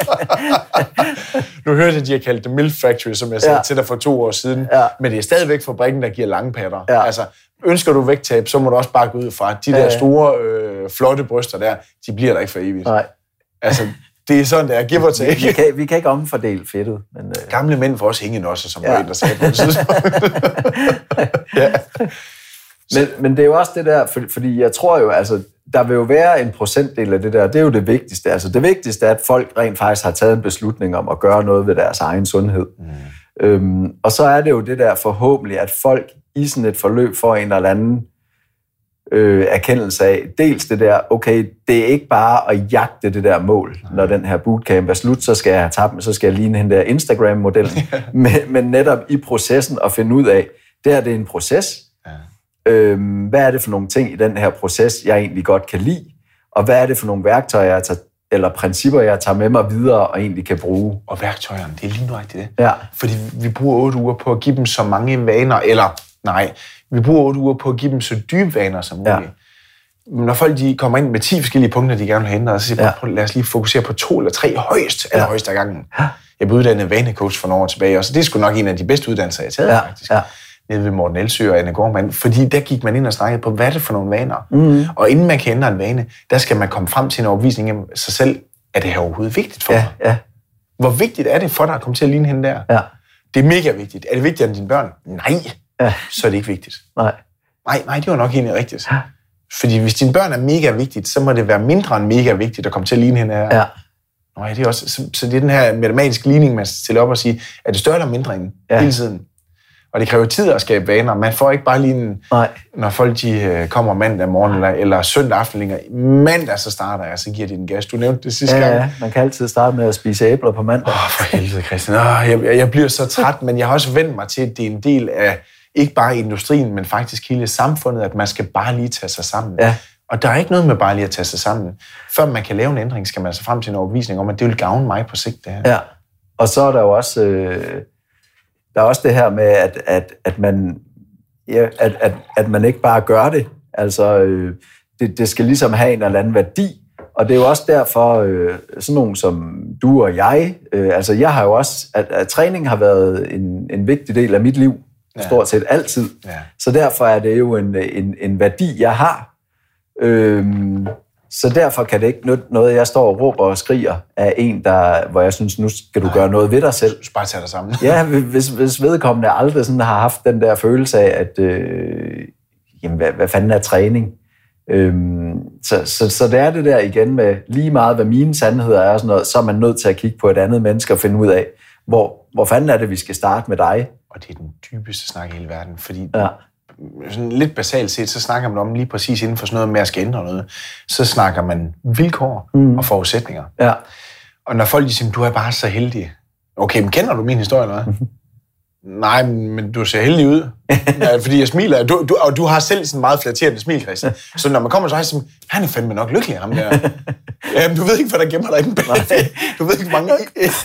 Nu hørte jeg, at de har kaldt det Milk Factory, som jeg sagde ja. til dig for to år siden. Ja. Men det er stadigvæk fabrikken, der giver lange patter. Ja. Altså, ønsker du vægttab, så må du også bare gå ud fra, de der store, øh, flotte bryster der, de bliver der ikke for evigt. Nej. Altså, det er sådan, det er. Give or take. Vi kan, vi kan ikke omfordele fedtet. Men, øh... Gamle mænd får også hængenosser, som ja. var en, der sagde på et tidspunkt. ja. men, men det er jo også det der, for, fordi jeg tror jo, altså, der vil jo være en procentdel af det der, det er jo det vigtigste. Altså, det vigtigste er, at folk rent faktisk har taget en beslutning om at gøre noget ved deres egen sundhed. Mm. Øhm, og så er det jo det der forhåbentlig, at folk i sådan et forløb får en eller anden øh, erkendelse af, dels det der, okay, det er ikke bare at jagte det der mål, mm. når den her bootcamp er slut, så skal jeg have tabt, så skal jeg ligne hende der Instagram-modellen, men, men netop i processen at finde ud af, det her det er en proces. Ja. Øhm, hvad er det for nogle ting i den her proces, jeg egentlig godt kan lide, og hvad er det for nogle værktøjer, jeg tager, eller principper, jeg tager med mig videre og egentlig kan bruge. Og værktøjerne, det er lige nøjagtigt det. Ja. Fordi vi bruger otte uger på at give dem så mange vaner, eller nej, vi bruger otte uger på at give dem så dybe vaner som muligt. Ja. Når folk de kommer ind med ti forskellige punkter, de gerne vil have ændret, så siger ja. lad os lige fokusere på to eller tre højst, eller ja. højst af gangen. Ja. Jeg blev uddannet vanecoach for nogle år tilbage, og så det er sgu nok en af de bedste uddannelser, jeg har taget, ja. faktisk. Ja. Nede ved Morten Elsø og Anne Gårdmand, fordi der gik man ind og snakkede på, hvad er det for nogle vaner? Mm. Og inden man kan ændre en vane, der skal man komme frem til en overbevisning af sig selv, er det her overhovedet vigtigt for ja, mig? Ja. Hvor vigtigt er det for dig at komme til at ligne hende der? Ja. Det er mega vigtigt. Er det vigtigere end dine børn? Nej, ja. så er det ikke vigtigt. Nej. Nej, nej, det var nok egentlig rigtigt. Ja. Fordi hvis dine børn er mega vigtigt, så må det være mindre end mega vigtigt at komme til at ligne hende her. Ja. Nej, det er også, så, så det er den her matematiske ligning, man stiller op og sige, er det større eller mindre end ja. hele tiden? Og det kræver tid at skabe vaner. Man får ikke bare lige en, når folk de kommer mandag morgen eller, eller søndag aften. Mandag så starter jeg, så giver de den gas. Du nævnte det sidste ja, gang. Ja, man kan altid starte med at spise æbler på mandag. Åh, oh, for helvede, Christian. Oh, jeg, jeg bliver så træt, men jeg har også vendt mig til, at det er en del af, ikke bare industrien, men faktisk hele samfundet, at man skal bare lige tage sig sammen. Ja. Og der er ikke noget med bare lige at tage sig sammen. Før man kan lave en ændring, skal man så frem til en overbevisning om, at det vil gavne mig på sigt, det her. Ja, og så er der jo også... Øh... Der er også det her med, at, at, at, man, ja, at, at, at man ikke bare gør det. Altså, øh, det, det skal ligesom have en eller anden værdi. Og det er jo også derfor, øh, sådan nogen som du og jeg, øh, altså jeg har jo også, at, at træning har været en, en vigtig del af mit liv, ja. stort set altid. Ja. Så derfor er det jo en, en, en værdi, jeg har. Øh, Så derfor kan det ikke nytte noget, jeg står og råber og skriger af en, der, hvor jeg synes, nu skal du Nej, gøre noget ved dig selv. Bare tage dig sammen. Ja, hvis, hvis vedkommende aldrig sådan har haft den der følelse af, at øh, jamen, hvad, hvad fanden er træning? Øhm, så, så, så det er det der igen med lige meget, hvad mine sandheder er og sådan noget, så er man nødt til at kigge på et andet menneske og finde ud af, hvor, hvor fanden er det, vi skal starte med dig? Og det er den dybeste snak i hele verden, fordi... Ja. Sådan lidt basalt set, så snakker man om lige præcis inden for sådan noget med at skal ændre noget, så snakker man vilkår mm. og forudsætninger. Ja. Og når folk siger, du er bare så heldig. Okay, men kender du min historie eller hvad? Nej, men du ser heldig ud. Ja, fordi jeg smiler, du, du, og du har selv sådan en meget flatterende smil, Christian. Så når man kommer, så er jeg sådan, han er fandme nok lykkelig, ham der. Jamen, du ved ikke, hvad der gemmer dig inde bag. Du ved ikke, hvor mange,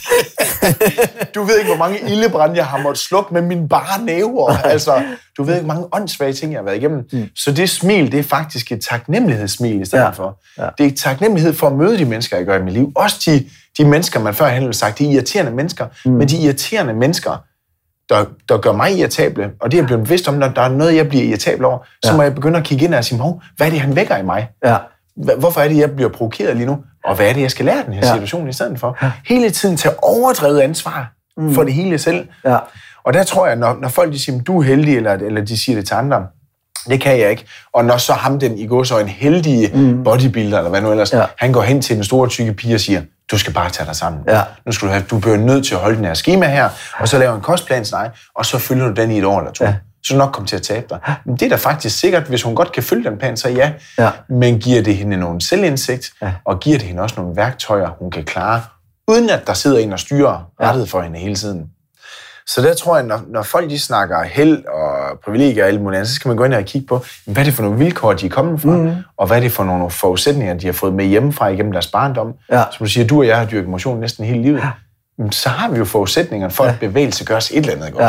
du ved ikke, hvor mange ildebrande, jeg har måttet slukke med mine bare næver. Altså, du ved ikke, hvor mange åndssvage ting, jeg har været igennem. Mm. Så det smil, det er faktisk et taknemmelighedsmil i stedet ja. for. Ja. Det er et taknemmelighed for at møde de mennesker, jeg gør i mit liv. Også de, de mennesker, man førhen ville sagt, de irriterende mennesker. Mm. Men de irriterende mennesker, Der, der gør mig irritable, og det er jeg blevet bevidst om, når der er noget, jeg bliver irritabel over, så ja. må jeg begynde at kigge ind og sige, hvad er det, han vækker i mig? Ja. Hvorfor er det, jeg bliver provokeret lige nu? Og hvad er det, jeg skal lære den her ja. situation i stedet for? Ja. Hele tiden til overdrevet ansvar mm. for det hele selv. Ja. Og der tror jeg, når, når folk de siger, du er heldig, eller, eller de siger det til andre, det kan jeg ikke. Og når så ham, den i går så en heldige mm. bodybuilder, eller hvad nu ellers, ja. han går hen til den store tykke pige og siger, du skal bare tage dig sammen. Ja. Nu skal du have, du bliver nødt til at holde den her schema her, og så lave en kostplan til dig, og så følger du den i et år eller to. Ja. Så du nok kommer til at tabe dig. Men det er da faktisk sikkert, hvis hun godt kan følge den plan, så ja. ja. Men giver det hende nogen selvindsigt, ja. og giver det hende også nogle værktøjer, hun kan klare, uden at der sidder en og styrer rettet ja. for hende hele tiden. Så der tror jeg, når, når folk de snakker held og privilegier og alt muligt andet, så skal man gå ind og kigge på, hvad er det for nogle vilkår, de er kommet fra, mm. og hvad er det for nogle forudsætninger, de har fået med hjemmefra igennem deres barndom. Ja. Som du siger, du og jeg har dyrket motion næsten hele livet. Ja. Så har vi jo forudsætninger for, at ja. bevægelse gør os et eller andet godt. Ja.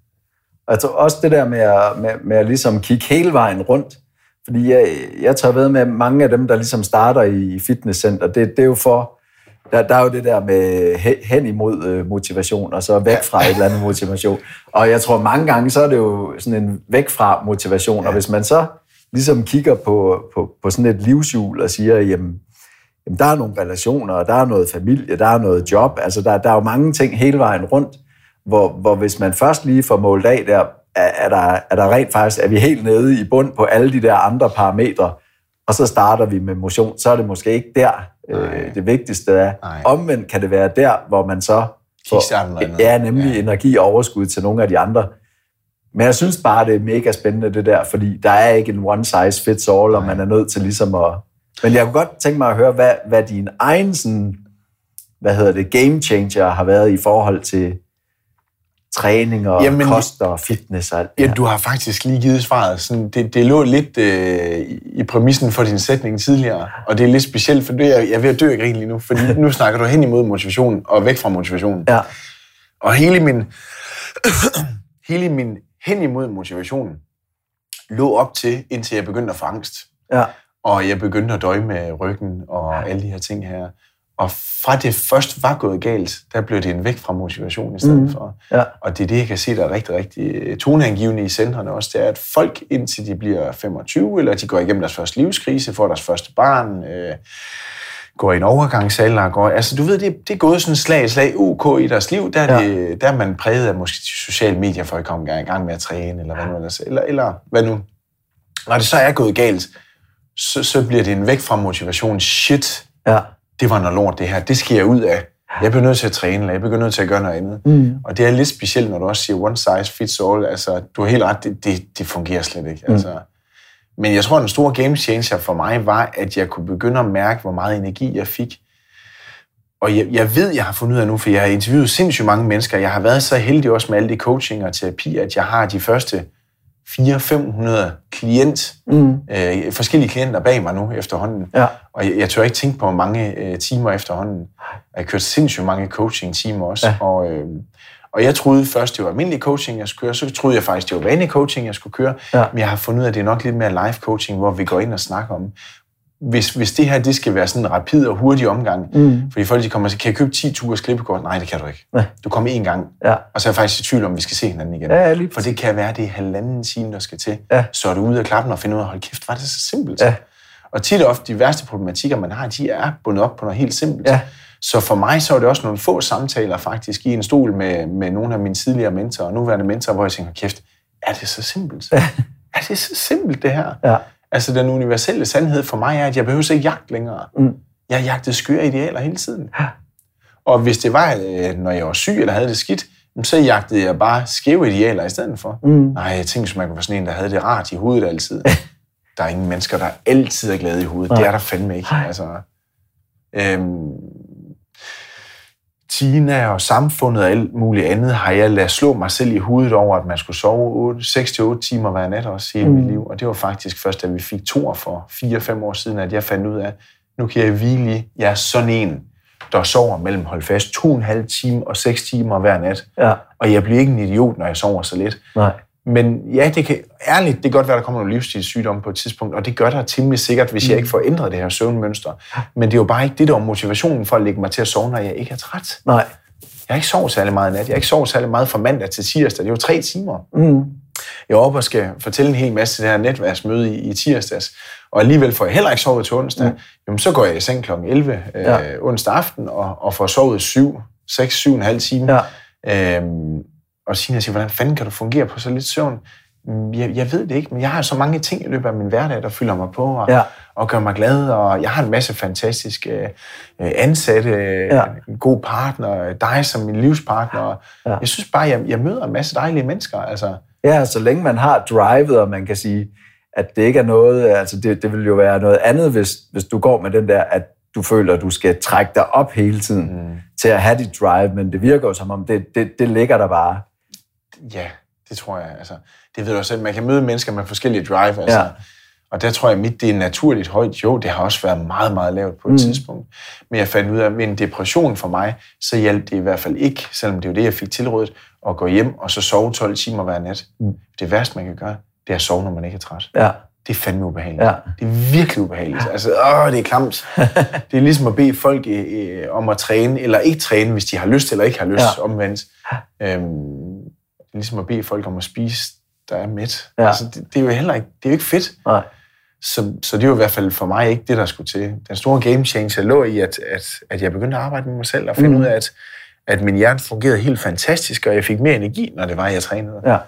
Altså også det der med at, med, med at ligesom kigge hele vejen rundt. Fordi jeg, jeg tager ved med mange af dem, der ligesom starter i fitnesscenter, det, det er jo for... Der, der er jo det der med hen imod motivation, og så væk fra et eller andet motivation. Og jeg tror, mange gange, så er det jo sådan en væk fra motivation. Ja. Og hvis man så ligesom kigger på, på, på sådan et livshjul og siger, jamen, jamen, der er nogle relationer, og der er noget familie, der er noget job. Altså, der, der er jo mange ting hele vejen rundt, hvor, hvor hvis man først lige får målt af der, er, er der, er der rent faktisk, er vi helt nede i bund på alle de der andre parametre, og så starter vi med motion, så er det måske ikke der, øh, det vigtigste er. Nej. Omvendt kan det være der, hvor man så får ja, nemlig ja. energi og overskud til nogle af de andre. Men jeg synes bare, det er mega spændende det der, fordi der er ikke en one size fits all, og man er nødt til ligesom at... Men jeg kunne godt tænke mig at høre, hvad, hvad din egen sådan, hvad hedder det, game changer har været i forhold til træning og Jamen, kost og fitness og alt det. Ja, du har faktisk lige givet svaret. Sådan, det, det lå lidt øh, i præmissen for din sætning tidligere, og det er lidt specielt, for det er, jeg er ved at dø ikke lige nu, fordi nu snakker du hen imod motivationen og væk fra motivationen. Ja. Og hele min, hele min hen imod motivationen lå op til, indtil jeg begyndte at få angst. Ja. Og jeg begyndte at døje med ryggen og alle de her ting her. Og fra det først var gået galt, der blev det en væk fra motivation i stedet mm. for. Ja. Og det er det, jeg kan se, der er rigtig, rigtig toneangivende i centrene også, det er, at folk indtil de bliver femogtyve, eller de går igennem deres første livskrise, får deres første barn, øh, går i en overgangsalder, går, altså du ved, det, det er gået sådan slag slag ok i deres liv, der er, ja. det, der er man præget af måske de sociale medier, for at komme i gang med at træne, eller hvad nu ellers, eller, eller hvad nu. Når det så er gået galt, så, så bliver det en væk fra motivation. Shit, ja. Det var noget lort det her, det skal jeg ud af. Jeg bliver nødt til at træne, eller jeg bliver nødt til at gøre noget andet. Mm. Og det er lidt specielt, når du også siger one size fits all, altså du har helt ret, det, det, det fungerer slet ikke. Mm. Altså. Men jeg tror, at den store game changer for mig var, at jeg kunne begynde at mærke, hvor meget energi jeg fik. Og jeg, jeg ved, jeg har fundet ud af nu, for jeg har interviewet sindssygt mange mennesker. Jeg har været så heldig også med alle de coaching og terapi, at jeg har de første fire til fem hundrede klient, mm. øh, forskellige klienter bag mig nu efterhånden. Ja. Og jeg, jeg tør ikke tænke på mange øh, timer efterhånden. Jeg har kørt sindssygt mange coaching-timer også. Ja. Og, øh, og jeg troede først, det var almindelig coaching, jeg skulle køre. Så troede jeg faktisk, det var vanlig coaching, jeg skulle køre. Ja. Men jeg har fundet ud af, at det er nok lidt mere live coaching, hvor vi går ind og snakker om, hvis, hvis det her det skal være sådan en rapid og hurtig omgang, mm. fordi folk de kommer og siger, kan jeg købe ti ugers klippekort? Nej, det kan du ikke. Nej. Du kommer én gang, ja. Og så er jeg faktisk i tvivl om, vi skal se hinanden igen. Ja, for det kan være, det er halvanden time, der skal til. Ja. Så er du ude af klappen og finder ud af, hold kæft, var det så simpelt? Ja. Og tit og ofte de værste problematikker, man har, de er bundet op på noget helt simpelt. Ja. Så for mig så er det også nogle få samtaler faktisk i en stol med, med nogle af mine tidligere mentorer og nuværende mentorer, hvor jeg tænker, kæft, er det så simpelt? Ja. Er det så simpelt, det her? Ja. Altså, den universelle sandhed for mig er, at jeg behøver ikke jagte længere. Mm. Jeg jagtede skøre idealer hele tiden. Ja. Og hvis det var, når jeg var syg eller havde det skidt, så jagtede jeg bare skæve idealer i stedet for. Mm. Nej, jeg tænkte, at man kunne være sådan en, der havde det rart i hovedet altid. Der er ingen mennesker, der altid er glade i hovedet. Nej. Det er der fandme ikke. Altså, øhm, Tina og samfundet og alt muligt andet, har jeg ladet slå mig selv i hovedet over, at man skulle sove seks til otte timer hver nat også hele mm. mit liv. Og det var faktisk først, da vi fik toer for fire fem år siden, at jeg fandt ud af, nu kan jeg hvile i, jeg er sådan en, der sover mellem, hold fast, to og en halv time og seks timer hver nat. Ja. Og jeg bliver ikke en idiot, når jeg sover så lidt. Nej. Men ja, det kan ærligt, det kan godt være, der kommer nogle livsstilssygdomme på et tidspunkt, og det gør der temmelig sikkert, hvis jeg ikke får ændret det her søvnmønster. Men det er jo bare ikke det, der er motivationen for at lægge mig til at sove, når jeg ikke er træt. Nej. Jeg har ikke sovet særlig meget nat. Jeg har ikke sovet særlig meget fra mandag til tirsdag. Det er jo tre timer. Mm. Jeg er oppe og skal fortælle en hel masse til det her netværksmøde i, i tirsdags, og alligevel får jeg heller ikke sovet til onsdag. Mm. Jamen, så går jeg i seng klokken elleve ja. øh, onsdag aften, og, og får sovet syv, seks, syv og en halv time. Ja. Øhm, Og Sina siger, hvordan fanden kan du fungere på så lidt søvn? Jeg, jeg ved det ikke, men jeg har så mange ting i løbet af min hverdag, der fylder mig på og, ja. og gør mig glad. Og jeg har en masse fantastiske øh, ansatte, ja. en god partner, dig som min livspartner. Ja. Jeg synes bare, jeg, jeg møder en masse dejlige mennesker. Altså. Ja, så længe man har drivet, og man kan sige, at det ikke er noget, altså det, det vil jo være noget andet, hvis, hvis du går med den der, at du føler, at du skal trække dig op hele tiden mm. til at have dit drive, men det virker jo som om, det, det, det ligger der bare. Ja, det tror jeg. Altså, det ved du selv. Man kan møde mennesker med forskellige drive. Altså, ja. Og der tror jeg, at mit det er naturligt højt. Jo, det har også været meget, meget lavt på et mm. tidspunkt. Men jeg fandt ud af, at med en depression for mig, så hjalp det i hvert fald ikke, selvom det var det, jeg fik tilrådet, at gå hjem og så sove tolv timer hver nat. Mm. Det værste, man kan gøre, det er at sove, når man ikke er træt. Ja. Det er fandme ubehageligt. Ja. Det er virkelig ubehageligt. Altså, åh, det er klamt. Det er ligesom at bede folk øh, om at træne, eller ikke træne, hvis de har lyst eller ikke har lyst, ja. omvendt. Øhm, det er ligesom at bede folk om at spise, der er mæt. Ja. Altså, det, det er jo heller ikke, det er jo ikke fedt. Nej. Så, så det er jo i hvert fald for mig ikke det, der skulle til. Den store game changer lå i, at, at, at jeg begyndte at arbejde med mig selv og finde mm. ud af, at, at min hjerne fungerede helt fantastisk, og jeg fik mere energi, når det var, jeg trænede. Ja.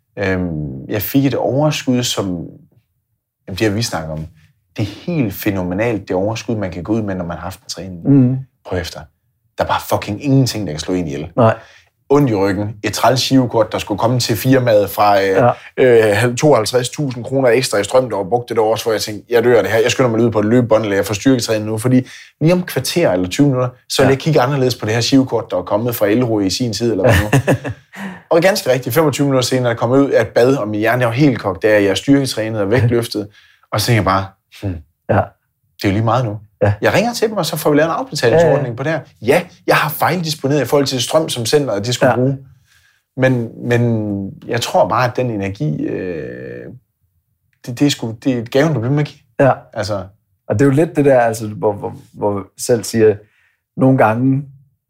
Øhm, jeg fik et overskud, som jamen, det har vi snakket om. Det er helt fænomenalt, det overskud, man kan gå ud med, når man har haft en træning. Mm. Prøv efter. Der er bare fucking ingenting, der kan slå en ihjel. Nej. Ondt i ryggen, et træls girokort, der skulle komme til firmaet fra øh, ja. øh, tooghalvtreds tusind kroner ekstra i strøm, der var brugt det år, hvor jeg tænkte, jeg dør det her, jeg skynder mig ud på et løbebånd, eller jeg får styrketræning nu, fordi lige om kvarter eller tyve minutter, så vil ja. jeg kigge anderledes på det her girokort, der var kommet fra Elro i sin tid, eller hvad nu. Og ganske rigtigt, femogtyve minutter senere, der kom ud af et bad, og min hjerne var helt kogt, der jeg er styrketrænet og vægtløftet, og så tænkte jeg bare, hmm, ja. det er jo lige meget nu. Ja. Jeg ringer til dem, og så får vi lavet en afbetalingsordning ja, ja. på det her. Ja, jeg har fejldisponeret i forhold til strøm, som centret de skulle ja. bruge. Men, men jeg tror bare, at den energi, øh, det, det, er sgu, det er et gaven, du bliver med at give. Ja. Altså. Og det er jo lidt det der, altså, hvor, hvor, hvor selv siger, nogle gange,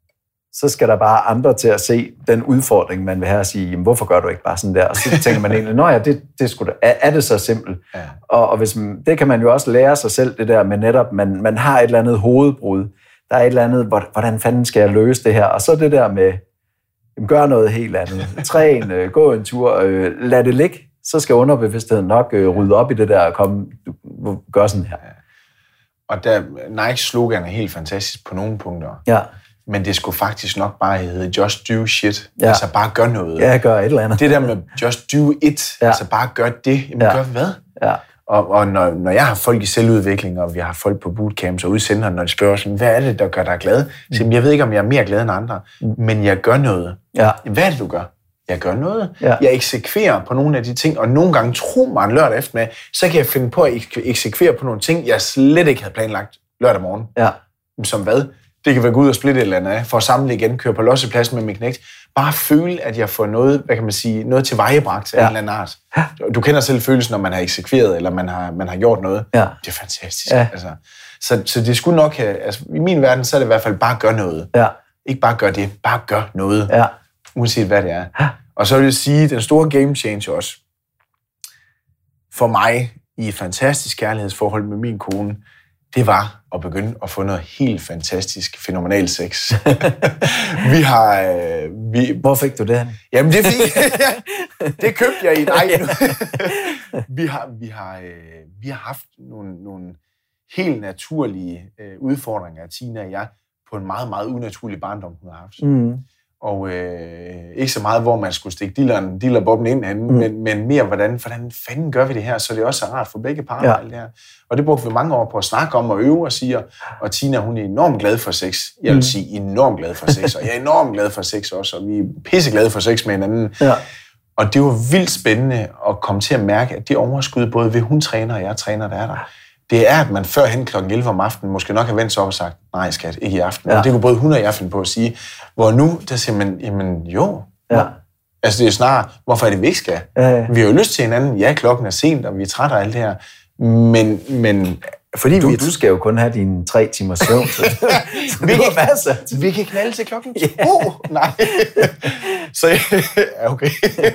så skal der bare andre til at se den udfordring, man vil have at sige, jamen, hvorfor gør du ikke bare sådan der? Og så tænker man egentlig, nå ja, det, det skulle er, er det så simpelt? Ja. Og, og hvis man, det kan man jo også lære sig selv, det der med netop, man, man har et eller andet hovedbrud. Der er et eller andet, hvordan fanden skal jeg løse det her? Og så det der med, jamen, gør noget helt andet. Træn, øh, gå en tur, øh, lad det ligge. Så skal underbevidstheden nok øh, rydde op i det der og komme, du, gør sådan her. Ja. Og der, Nikes slogan er helt fantastisk på nogle punkter. Ja. Men det skulle faktisk nok bare hedde just do shit. Ja. Altså bare gør noget. Ja, gør et eller andet. Det der med just do it, ja. altså bare gør det. Jamen ja. gør hvad? Ja. Og, og når, når jeg har folk i selvudvikling, og vi har folk på bootcamps og udsender, når de spørger sådan, hvad er det, der gør dig glad? Så jeg ved ikke, om jeg er mere glad end andre, mm. men jeg gør noget. Ja. Hvad er det, du gør? Jeg gør noget. Ja. Jeg eksekverer på nogle af de ting, og nogle gange, tro mig, en lørdag eftermiddag, så kan jeg finde på at eksekvere på nogle ting, jeg slet ikke havde planlagt lørdag morgen. Ja. Som hvad? Det kan være gå ud og splitte et eller andet, for at samle igen, køre på lossepladsen med min knægt. Bare føle, at jeg får noget, hvad kan man sige, noget til vejebragt af ja. en eller anden art. Du kender selv følelsen, når man har eksekveret, eller man har, man har gjort noget. Ja. Det er fantastisk. Ja. Altså. Så, så det skulle nok have, altså i min verden, så er det i hvert fald bare gør noget. Ja. Ikke bare gør det, bare gør noget. Ja. Uanset hvad det er. Ja. Og så vil jeg sige, den store game changer også, for mig, i et fantastisk kærlighedsforhold med min kone, det var at begynde at få noget helt fantastisk, fænomenal sex. vi har... Øh, vi... Hvor fik du det hen? Jamen, det fik det købte jeg i dig. vi, har, vi, har, øh, vi har haft nogle, nogle helt naturlige øh, udfordringer, Tina og jeg, på en meget, meget unaturlig barndom, hun har haft. Mm. Og øh, ikke så meget, hvor man skulle stikke dealeren, dealerbobben ind hen, mm. men, men mere, hvordan, hvordan fanden gør vi det her, så det er også rart for begge parter. Ja. Det her. Og det brugte vi mange år på at snakke om og øve og sige, og Tina, hun er enormt glad for sex. Jeg vil mm. sige enormt glad for sex, og jeg er enormt glad for sex også, og vi er pisseglade for sex med hinanden. Ja. Og det var vildt spændende at komme til at mærke, at det overskud, både ved hun træner og jeg træner, der er der, det er, at man førhen klokken elleve om aftenen måske nok har vendt sig op og sagt, nej skat, ikke i aften. Ja. Og det kunne både hun og jeg finde på at sige. Hvor nu, der siger man, jamen jo. Ja. Altså det er snarere, hvorfor er det, vi ikke skal? Ja, ja. Vi har jo lyst til hinanden, ja, klokken er sent, og vi er trætte af alt det her. Men, men fordi du, vi... du skal jo kun have dine tre timers søvn. Så, så vi, kan, vi kan knalde til klokken to. Yeah. Nej. Så ja, okay.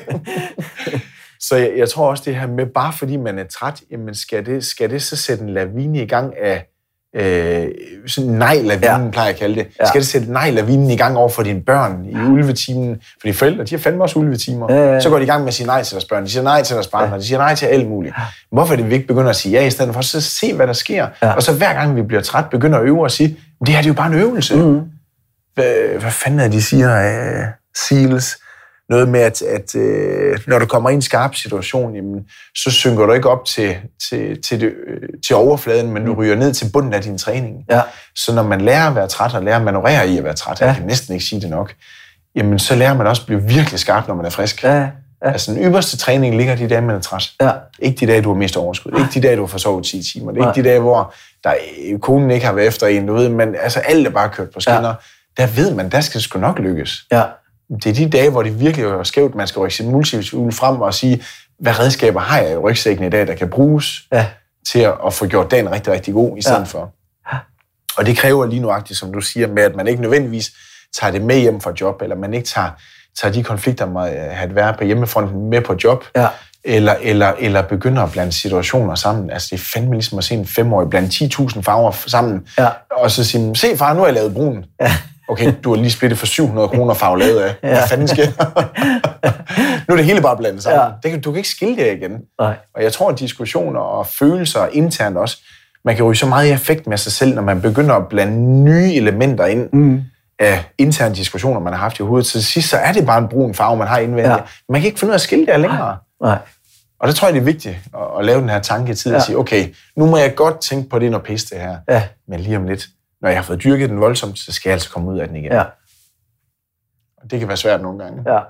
Så jeg, jeg tror også det her med, bare fordi man er træt, jamen skal det, skal det så sætte en lavine i gang af, øh, sådan nej-lavinen, ja. plejer jeg at kalde det. Ja. Skal det sætte nej-lavinen i gang over for dine børn i ulvetimen? For de forældre, de har fandme også ulvetimer. Ja, ja, ja. Så går de i gang med at sige nej til deres børn, de siger nej til deres partner, ja. de siger nej til alt muligt. Hvorfor er det, vi ikke begynder at sige ja, i stedet for så se, hvad der sker? Ja. Og så hver gang vi bliver træt, begynder at øve og sige, det her det er jo bare en øvelse. Mm. Hvad, hvad fanden er de siger? Uh, Seals. Noget med, at, at øh, når du kommer i en skarp situation, jamen, så synker du ikke op til, til, til, det, øh, til overfladen, men du ryger ned til bunden af din træning. Ja. Så når man lærer at være træt, og lærer at manøvrere i at være træt, ja. jeg kan næsten ikke sige det nok, jamen, så lærer man også at blive virkelig skarp, når man er frisk. Ja. Ja. Altså den ypperste træning ligger de dage, man er træt. Ja. Ikke de dage, du har mest overskud. Ikke de dage, du har forsovet ti timer. Det er ikke de dage, hvor der, konen ikke har været efter en, du ved, men altså alt er bare kørt på skinner. Ja. Der ved man, der skal det sgu nok lykkes. Ja. Det er de dage, hvor det virkelig er skævt, man skal rykke sin multivitamin frem og sige, hvad redskaber har jeg i rygsækken i dag, der kan bruges ja. til at, at få gjort dagen rigtig, rigtig god i stedet ja. for. Og det kræver lige nuagtigt, som du siger, med at man ikke nødvendigvis tager det med hjem fra job, eller man ikke tager, tager de konflikter, man har at være på hjemmefronten med på job, ja. eller, eller, eller begynder at blande situationer sammen. Altså det er fandme ligesom at se en femårig blande ti tusind farver sammen, ja. og så sige, se far, nu har jeg lavet brun. Ja. Okay, du har lige splittet for syv hundrede kroner farvelaget af. Hvad ja. fanden sker nu er det hele bare blandet sammen. Ja. Det kan, du kan ikke skille det igen. Nej. Og jeg tror, at diskussioner og følelser internt også, man kan ryge så meget i effekt med sig selv, når man begynder at blande nye elementer ind mm. af interne diskussioner, man har haft i hovedet. Så til sidst, så er det bare en brun farve, man har indvendigt. Ja. Man kan ikke finde ud af at skille det længere. Nej. Og der tror jeg, det er vigtigt at, at lave den her tanke i tid ja. og sige, okay, nu må jeg godt tænke på det, når pisse det her. Ja. Men lige om lidt, når jeg har fået dyrket den voldsomt, så skal jeg altså komme ud af den igen. Ja. Og det kan være svært nogle gange. Ja.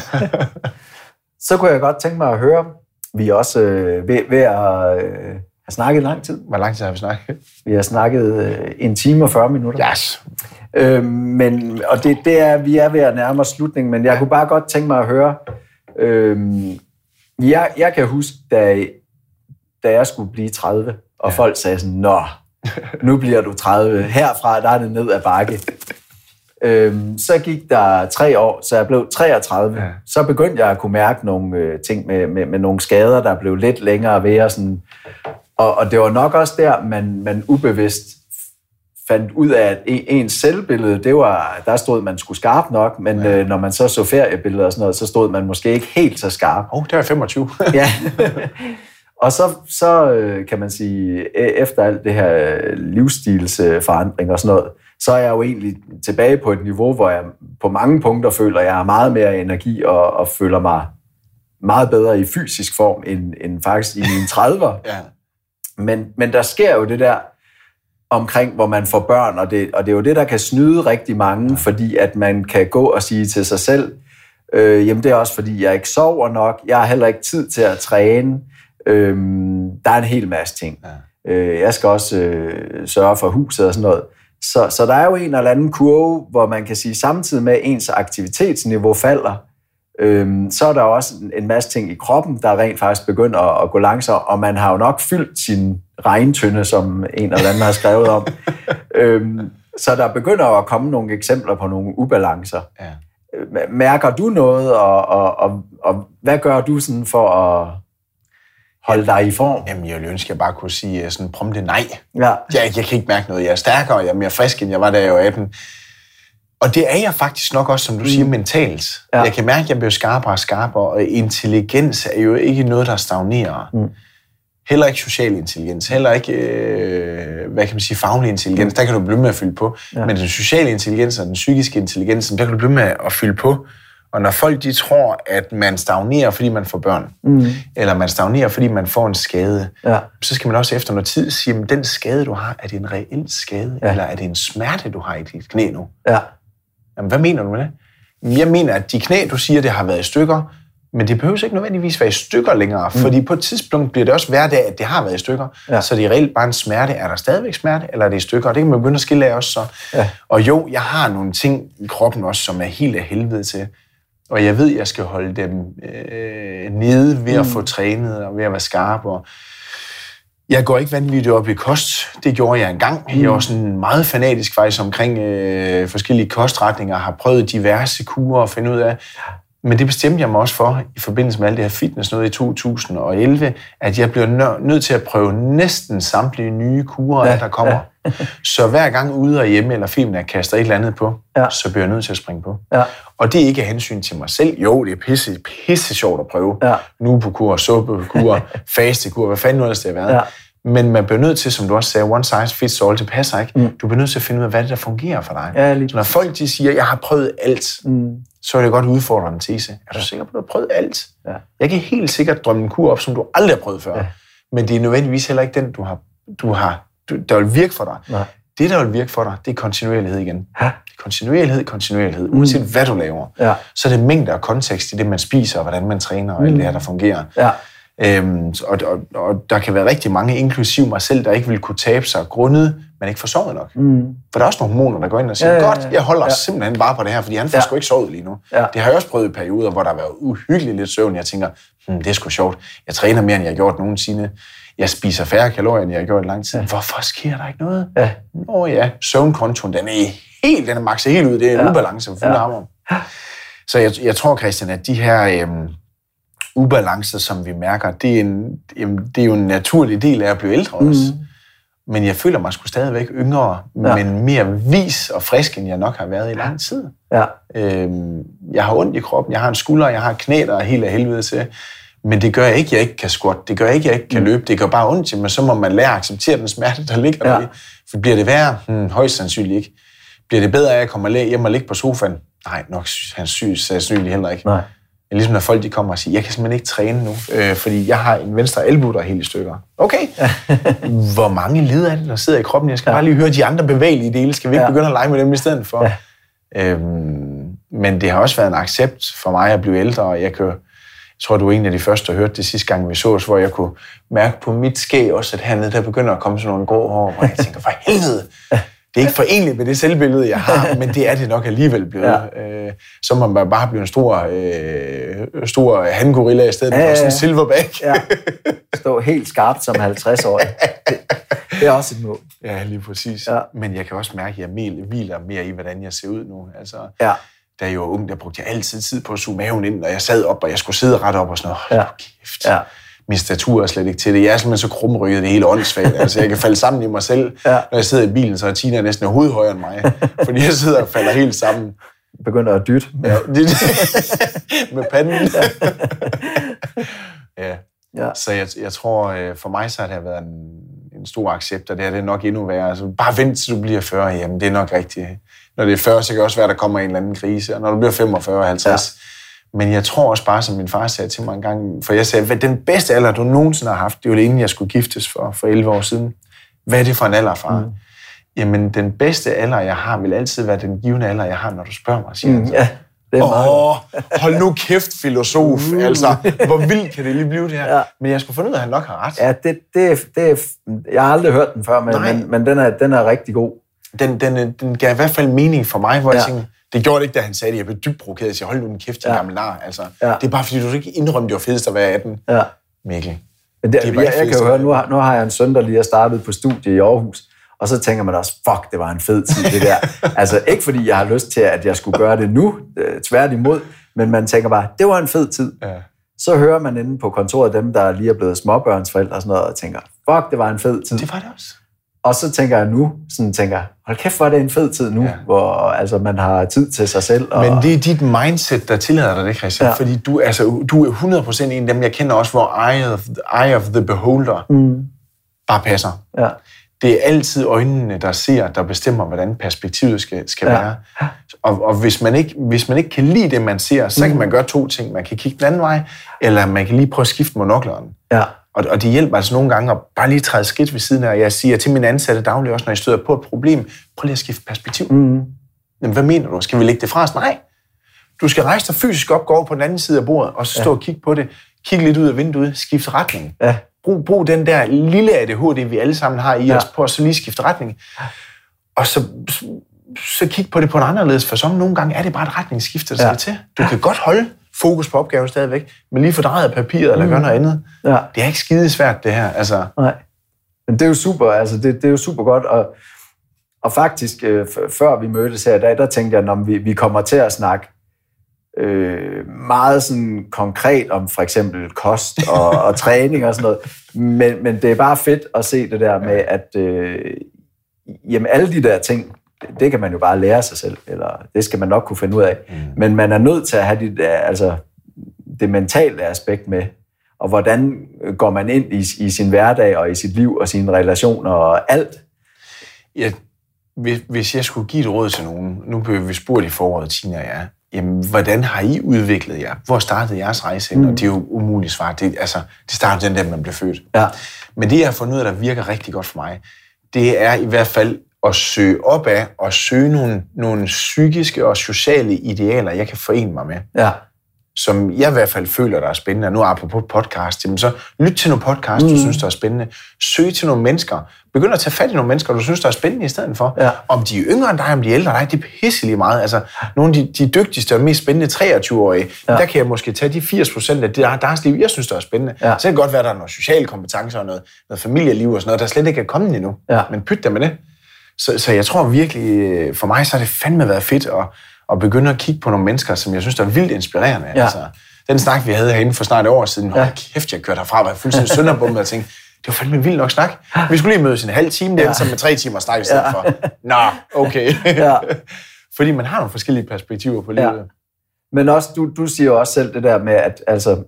Så kunne jeg godt tænke mig at høre, vi er også øh, ved, ved at øh, have snakket lang tid. Hvor lang tid har vi snakket? Vi har snakket øh, en time og fyrre minutter. Yes. Øh, men, og det, det er, vi er ved at nærme os slutningen, men jeg kunne bare godt tænke mig at høre, øh, jeg, jeg kan huske, da, da jeg skulle blive tredive, og ja. folk sagde sådan, nå, nu bliver du tredive. Herfra, der er det ned ad bakke. Øhm, så gik der tre år, så jeg blev treogtredive. Ja. Så begyndte jeg at kunne mærke nogle øh, ting med, med, med nogle skader, der blev lidt længere ved. Og, sådan. Og, og det var nok også der, man, man ubevidst fandt ud af, at ens selvbillede, det var, der stod, man skulle skarp nok, men ja. øh, når man så så feriebilleder og sådan noget, så stod man måske ikke helt så skarp. Åh, oh, der er femogtyve. Ja. Og så, så kan man sige, efter alt det her livsstilsforandring og sådan noget, så er jeg jo egentlig tilbage på et niveau, hvor jeg på mange punkter føler, at jeg har meget mere energi og, og føler mig meget bedre i fysisk form, end, end faktisk i mine trediver. Ja. Men, men der sker jo det der omkring, hvor man får børn, og det, og det er jo det, der kan snyde rigtig mange, ja. fordi at man kan gå og sige til sig selv, øh, jamen det er også fordi, jeg ikke sover nok, jeg har heller ikke tid til at træne, Øhm, der er en hel masse ting. Ja. Øh, jeg skal også øh, sørge for huset og sådan noget. Så, så der er jo en eller anden kurve, hvor man kan sige, samtidig med ens aktivitetsniveau falder, øhm, så er der også en, en masse ting i kroppen, der rent faktisk begynder at, at gå langsomt, og man har jo nok fyldt sin regntønde, som en eller anden har skrevet om. øhm, så der begynder at komme nogle eksempler på nogle ubalancer. Ja. Mærker du noget, og, og, og, og hvad gør du sådan for at holde dig i form? Jamen, jeg ville ønske, at jeg bare kunne sige sådan prompte nej. Ja. Jeg, jeg kan ikke mærke noget. Jeg er stærkere, jeg er mere frisk, end jeg var, da jeg var atten. Og det er jeg faktisk nok også, som du mm. siger, mentalt. Ja. Jeg kan mærke, at jeg bliver skarpere og skarpere, og intelligens er jo ikke noget, der stagnerer. Mm. Heller ikke social intelligens, heller ikke, øh, hvad kan man sige, faglig intelligens, der kan du blive med at fylde på. Ja. Men den sociale intelligens og den psykiske intelligens, der kan du blive med at fylde på. Og når folk de tror, at man stagnerer, fordi man får børn, mm. eller man stagnerer, fordi man får en skade, ja. så skal man også efter noget tid sige, at den skade, du har, er det en reel skade, ja. eller er det en smerte, du har i dit knæ nu? Ja. Jamen, hvad mener du med det? Jeg mener, at de knæ, du siger, det har været i stykker, men det behøver ikke nødvendigvis være i stykker længere, mm. fordi på et tidspunkt bliver det også hverdag, at det har været i stykker, ja. så det er reelt bare en smerte. Er der stadigvæk smerte, eller er det i stykker? Og det kan man begynde at skille af også så. Ja. Og jo, jeg har nogle ting i kroppen også, som er helt af helvede til. Og jeg ved, at jeg skal holde dem øh, nede ved at mm. få trænet og ved at være skarp. Og jeg går ikke vanvittigt op i kost. Det gjorde jeg engang. Mm. Jeg var sådan meget fanatisk faktisk omkring øh, forskellige kostretninger, har prøvet diverse kurer at finde ud af. Men det bestemte jeg mig også for, i forbindelse med alt det her fitness noget i to tusind og elleve, at jeg blev nødt til at prøve næsten samtlige nye kurer, ja, der kommer. Ja. Så hver gang ude og hjemme eller filmen, jeg kaster et eller andet på, ja. så bliver jeg nødt til at springe på. Ja. Og det er ikke af hensyn til mig selv. Jo, det er pisse, pisse sjovt at prøve. Ja. Nu på kur, suppe på kur, faste kur, hvad fanden nu ellers det har været. Ja. Men man bliver nødt til, som du også sagde, one size fits all, det passer ikke. Mm. Du bliver nødt til at finde ud af, hvad det der fungerer for dig. Ja, så når folk de siger, jeg har prøvet alt, mm. så er det godt udfordrende tese. Er du sikker på, at du har prøvet alt? Ja. Jeg kan helt sikkert drømme en kur op, som du aldrig har prøvet før. Ja. Men det er nødvendigvis heller ikke den, du har, du har, du, der vil virke for dig. Nej. Det, der vil virke for dig, det er kontinuerlighed igen. Ja. Det er kontinuerlighed, kontinuerlighed. Mm. Uanset hvad du laver, ja. så er det mængder af kontekst i det, man spiser, og hvordan man træner, og mm. alt det her, der fungerer. Ja. Øhm, og, og, og der kan være rigtig mange, inklusiv mig selv, der ikke vil kunne tabe sig grundet, man ikke får sovet nok. Mm. For der er også nogle hormoner, der går ind og siger, ja, ja, ja. godt, jeg holder ja. simpelthen bare på det her, fordi han får ja. sgu ikke sovet lige nu. Ja. Det har jeg også prøvet i perioder, hvor der har været uhyggeligt lidt søvn. Jeg tænker, hm, det er sgu sjovt. Jeg træner mere, end jeg har gjort nogensinde. Jeg spiser færre kalorier, end jeg har gjort i lang tid. Ja. Hvorfor sker der ikke noget? Ja. Nå ja, søvnkontoen, den er helt, den er makset helt ud. Det er en ja. ubalance for fuld hammer. Ja. Så jeg, jeg tror, Christian, at de her øhm, ubalancer, som vi mærker, det er, en, jamen, det er jo en naturlig del af at blive ældre også. Mm. Men jeg føler mig sgu stadigvæk yngre, ja. men mere vis og frisk, end jeg nok har været i lang tid. Ja. Øhm, jeg har ondt i kroppen, jeg har en skulder, jeg har knæ, der er helt af helvede til. Men det gør jeg ikke, jeg ikke kan squat. Det gør ikke, jeg ikke kan løbe. Det gør bare ondt til, men så må man lære at acceptere den smerte, der ligger ja. der i. For bliver det værre? Hmm, højst sandsynligt ikke. Bliver det bedre af at komme hjem og ligge på sofaen? Nej, nok hans syg sandsynligt heller ikke. Nej. Ligesom når folk de kommer og siger, jeg kan simpelthen ikke træne nu, øh, fordi jeg har en venstre albue, der er helt i stykker. Okay, hvor mange led er det, der sidder i kroppen? Jeg skal ja. bare lige høre de andre bevægelige dele. Skal vi ikke ja. begynde at lege med dem i stedet for? Ja. Øhm, men det har også været en accept for mig at blive ældre, og jeg kan, jeg tror, du er en af de første, der hørte det sidste gang, vi sås, hvor jeg kunne mærke på mit skæg også, at hernede der begynder at komme sådan nogle grå hår, og jeg tænker, for helvede! Det er ikke forenligt med det selvbillede, jeg har, men det er det nok alligevel blevet. Ja. Øh, så må man bare blive en stor, øh, stor handgorilla i stedet for ja, ja, ja. sådan en silverback. Ja. Stå helt skarpt som halvtreds år. Det, det er også et mål. Ja, lige præcis. Ja. Men jeg kan også mærke, at jeg hviler mere i, hvordan jeg ser ud nu. Altså, ja. Da jeg var ung, der brugte jeg altid tid på at suge maven ind, og jeg sad op, og jeg skulle sidde ret op og sådan noget. Ja. Kæft. Ja. Min statur er slet ikke til det. Jeg er simpelthen så krumrykket, det hele åndssvagt. Altså, jeg kan falde sammen i mig selv. Ja. Når jeg sidder i bilen, så er Tina næsten hovedet højere end mig. Fordi jeg sidder og falder helt sammen. Begynder at dytte. Ja, med panden. Ja. Ja. Så jeg, jeg tror, for mig så har det været en, en stor accept, og det er det nok endnu værre. Altså, bare vent til du bliver fyrre, jamen det er nok rigtigt. Når det er fyrre, så kan det også være, der kommer en eller anden krise. Og når du bliver femogfyrre halvtreds, ja. Men jeg tror også bare, som min far sagde til mig en gang, for jeg sagde, hvad den bedste alder, du nogensinde har haft, det var det inden jeg skulle giftes for, for elleve år siden. Hvad er det for en alder, far? Mm. Jamen, den bedste alder, jeg har, vil altid være den givende alder, jeg har, når du spørger mig, siger mm, ja, det er meget Åh, hold nu kæft, filosof, uh. altså, hvor vildt kan det lige blive det her? Ja. Men jeg skulle finde ud af, at han nok har ret. Ja, det, det, det, jeg har aldrig hørt den før, men, men, men den, er, den er rigtig god. Den, den, den gav i hvert fald mening for mig, hvor ja. jeg tænkte, det gjorde det ikke, da han sagde det. Jeg blev dybt provokeret. Jeg siger, hold nu den kæft, jeg ja. gammel nar. Altså, ja. Det er bare fordi, du ikke indrømte, det var fedest at være atten. Ja. Mikkel. Men det, det jeg, jeg kan jo høre, nu har, nu har jeg en søn, der lige er startet på studie i Aarhus, og så tænker man også, fuck, det var en fed tid, det der. Altså, ikke fordi jeg har lyst til, at jeg skulle gøre det nu, tværtimod, men man tænker bare, det var en fed tid. Ja. Så hører man inde på kontoret dem, der lige er blevet småbørnsforældre og sådan noget, og tænker, fuck, det var en fed tid. Det var det også. Og så tænker jeg nu, sådan tænker jeg, hold kæft, hvor er det en fed tid nu, ja. hvor altså, man har tid til sig selv. Og... Men det er dit mindset, der tillader dig det, Christian. Ja. Fordi du, altså, du er hundrede procent en af dem, jeg kender også, hvor eye of, eye of the beholder mm. bare passer. Ja. Det er altid øjnene, der ser, der bestemmer, hvordan perspektivet skal, skal ja. være. Og, og hvis, man ikke, hvis man ikke kan lide det, man ser, så mm. kan man gøre to ting. Man kan kigge den anden vej, eller man kan lige prøve at skifte monokleren. Ja. Og, og det hjælper altså nogle gange at bare lige træde skridt ved siden af. Og jeg siger til mine ansatte dagligt også, når jeg støder på et problem, prøv lige at skifte perspektiv. Mm. Men hvad mener du? Skal vi lægge det fra os? Nej. Du skal rejse dig fysisk op, gå over på den anden side af bordet, og så stå ja. og kigge på det. Kig lidt ud af vinduet, skifte retning. Ja. Brug, brug den der lille A D H D, vi alle sammen har i ja. os, på at så lige skifte retning. Og så, så, så kig på det på en anderledes facon. Nogle gange er det bare et retningsskift, der skal ja. til. Du kan godt holde fokus på opgaven stadigvæk, men lige fordreje papiret eller mm. gøre noget andet. Ja. Det er ikke skide svært, det her. Altså. Nej. Men det er jo super, altså det, det er jo super godt. Og, og faktisk, øh, før vi mødtes her i dag, der tænkte jeg, at vi, vi kommer til at snakke øh, meget sådan konkret om for eksempel kost og, og træning og sådan noget. Men, men det er bare fedt at se det der med, at øh, jamen alle de der ting, det kan man jo bare lære sig selv, eller det skal man nok kunne finde ud af. Mm. Men man er nødt til at have de, altså, det mentale aspekt med, og hvordan går man ind i, i sin hverdag og i sit liv og sine relationer og alt. Ja, hvis jeg skulle give et råd til nogen, nu blev vi spurgt i foråret, Tina og jeg, jamen, hvordan har I udviklet jer? Hvor startede jeres rejse hen? Mm. Og det er jo umuligt svar. Det, altså, det startede den der, man blev født. Ja. Men det, jeg har fundet ud af, der virker rigtig godt for mig, det er i hvert fald at søge op af og søge nogle, nogle psykiske og sociale idealer, jeg kan forene mig med. Ja. Som jeg i hvert fald føler, der er spændende. Og nu apropos podcast, jamen så lyt til nogle podcast, mm. du synes, der er spændende. Søg til nogle mennesker. Begynd at tage fat i nogle mennesker, du synes, der er spændende i stedet for. Ja. Om de er yngre end dig, om de er ældre end dig, det er pisselig meget. Altså, nogle af de, de dygtigste og mest spændende treogtyve-årige, ja. der kan jeg måske tage de firs procent af det, deres liv, jeg synes, der er spændende. Ja. Så kan det godt være, at der er noget sociale kompetencer og noget, noget familieliv og sådan noget, der slet ikke er kommet endnu. Ja. Men pyt dig med det. Så, så jeg tror virkelig, for mig så har det fandme været fedt at, at begynde at kigge på nogle mennesker, som jeg synes, der er vildt inspirerende. Ja. Altså, den snak, vi havde herinde for snart et år siden, hold kæft, jeg kørte herfra, og var fuldstændig sønderbommet og tænkte, det var fandme vildt nok snak. Vi skulle lige mødes en halv time, det endte ja. med tre timer snak i stedet ja. for. Nå, okay. Ja. Fordi man har nogle forskellige perspektiver på livet. Ja. Men også, du, du siger jo også selv det der med, at altså,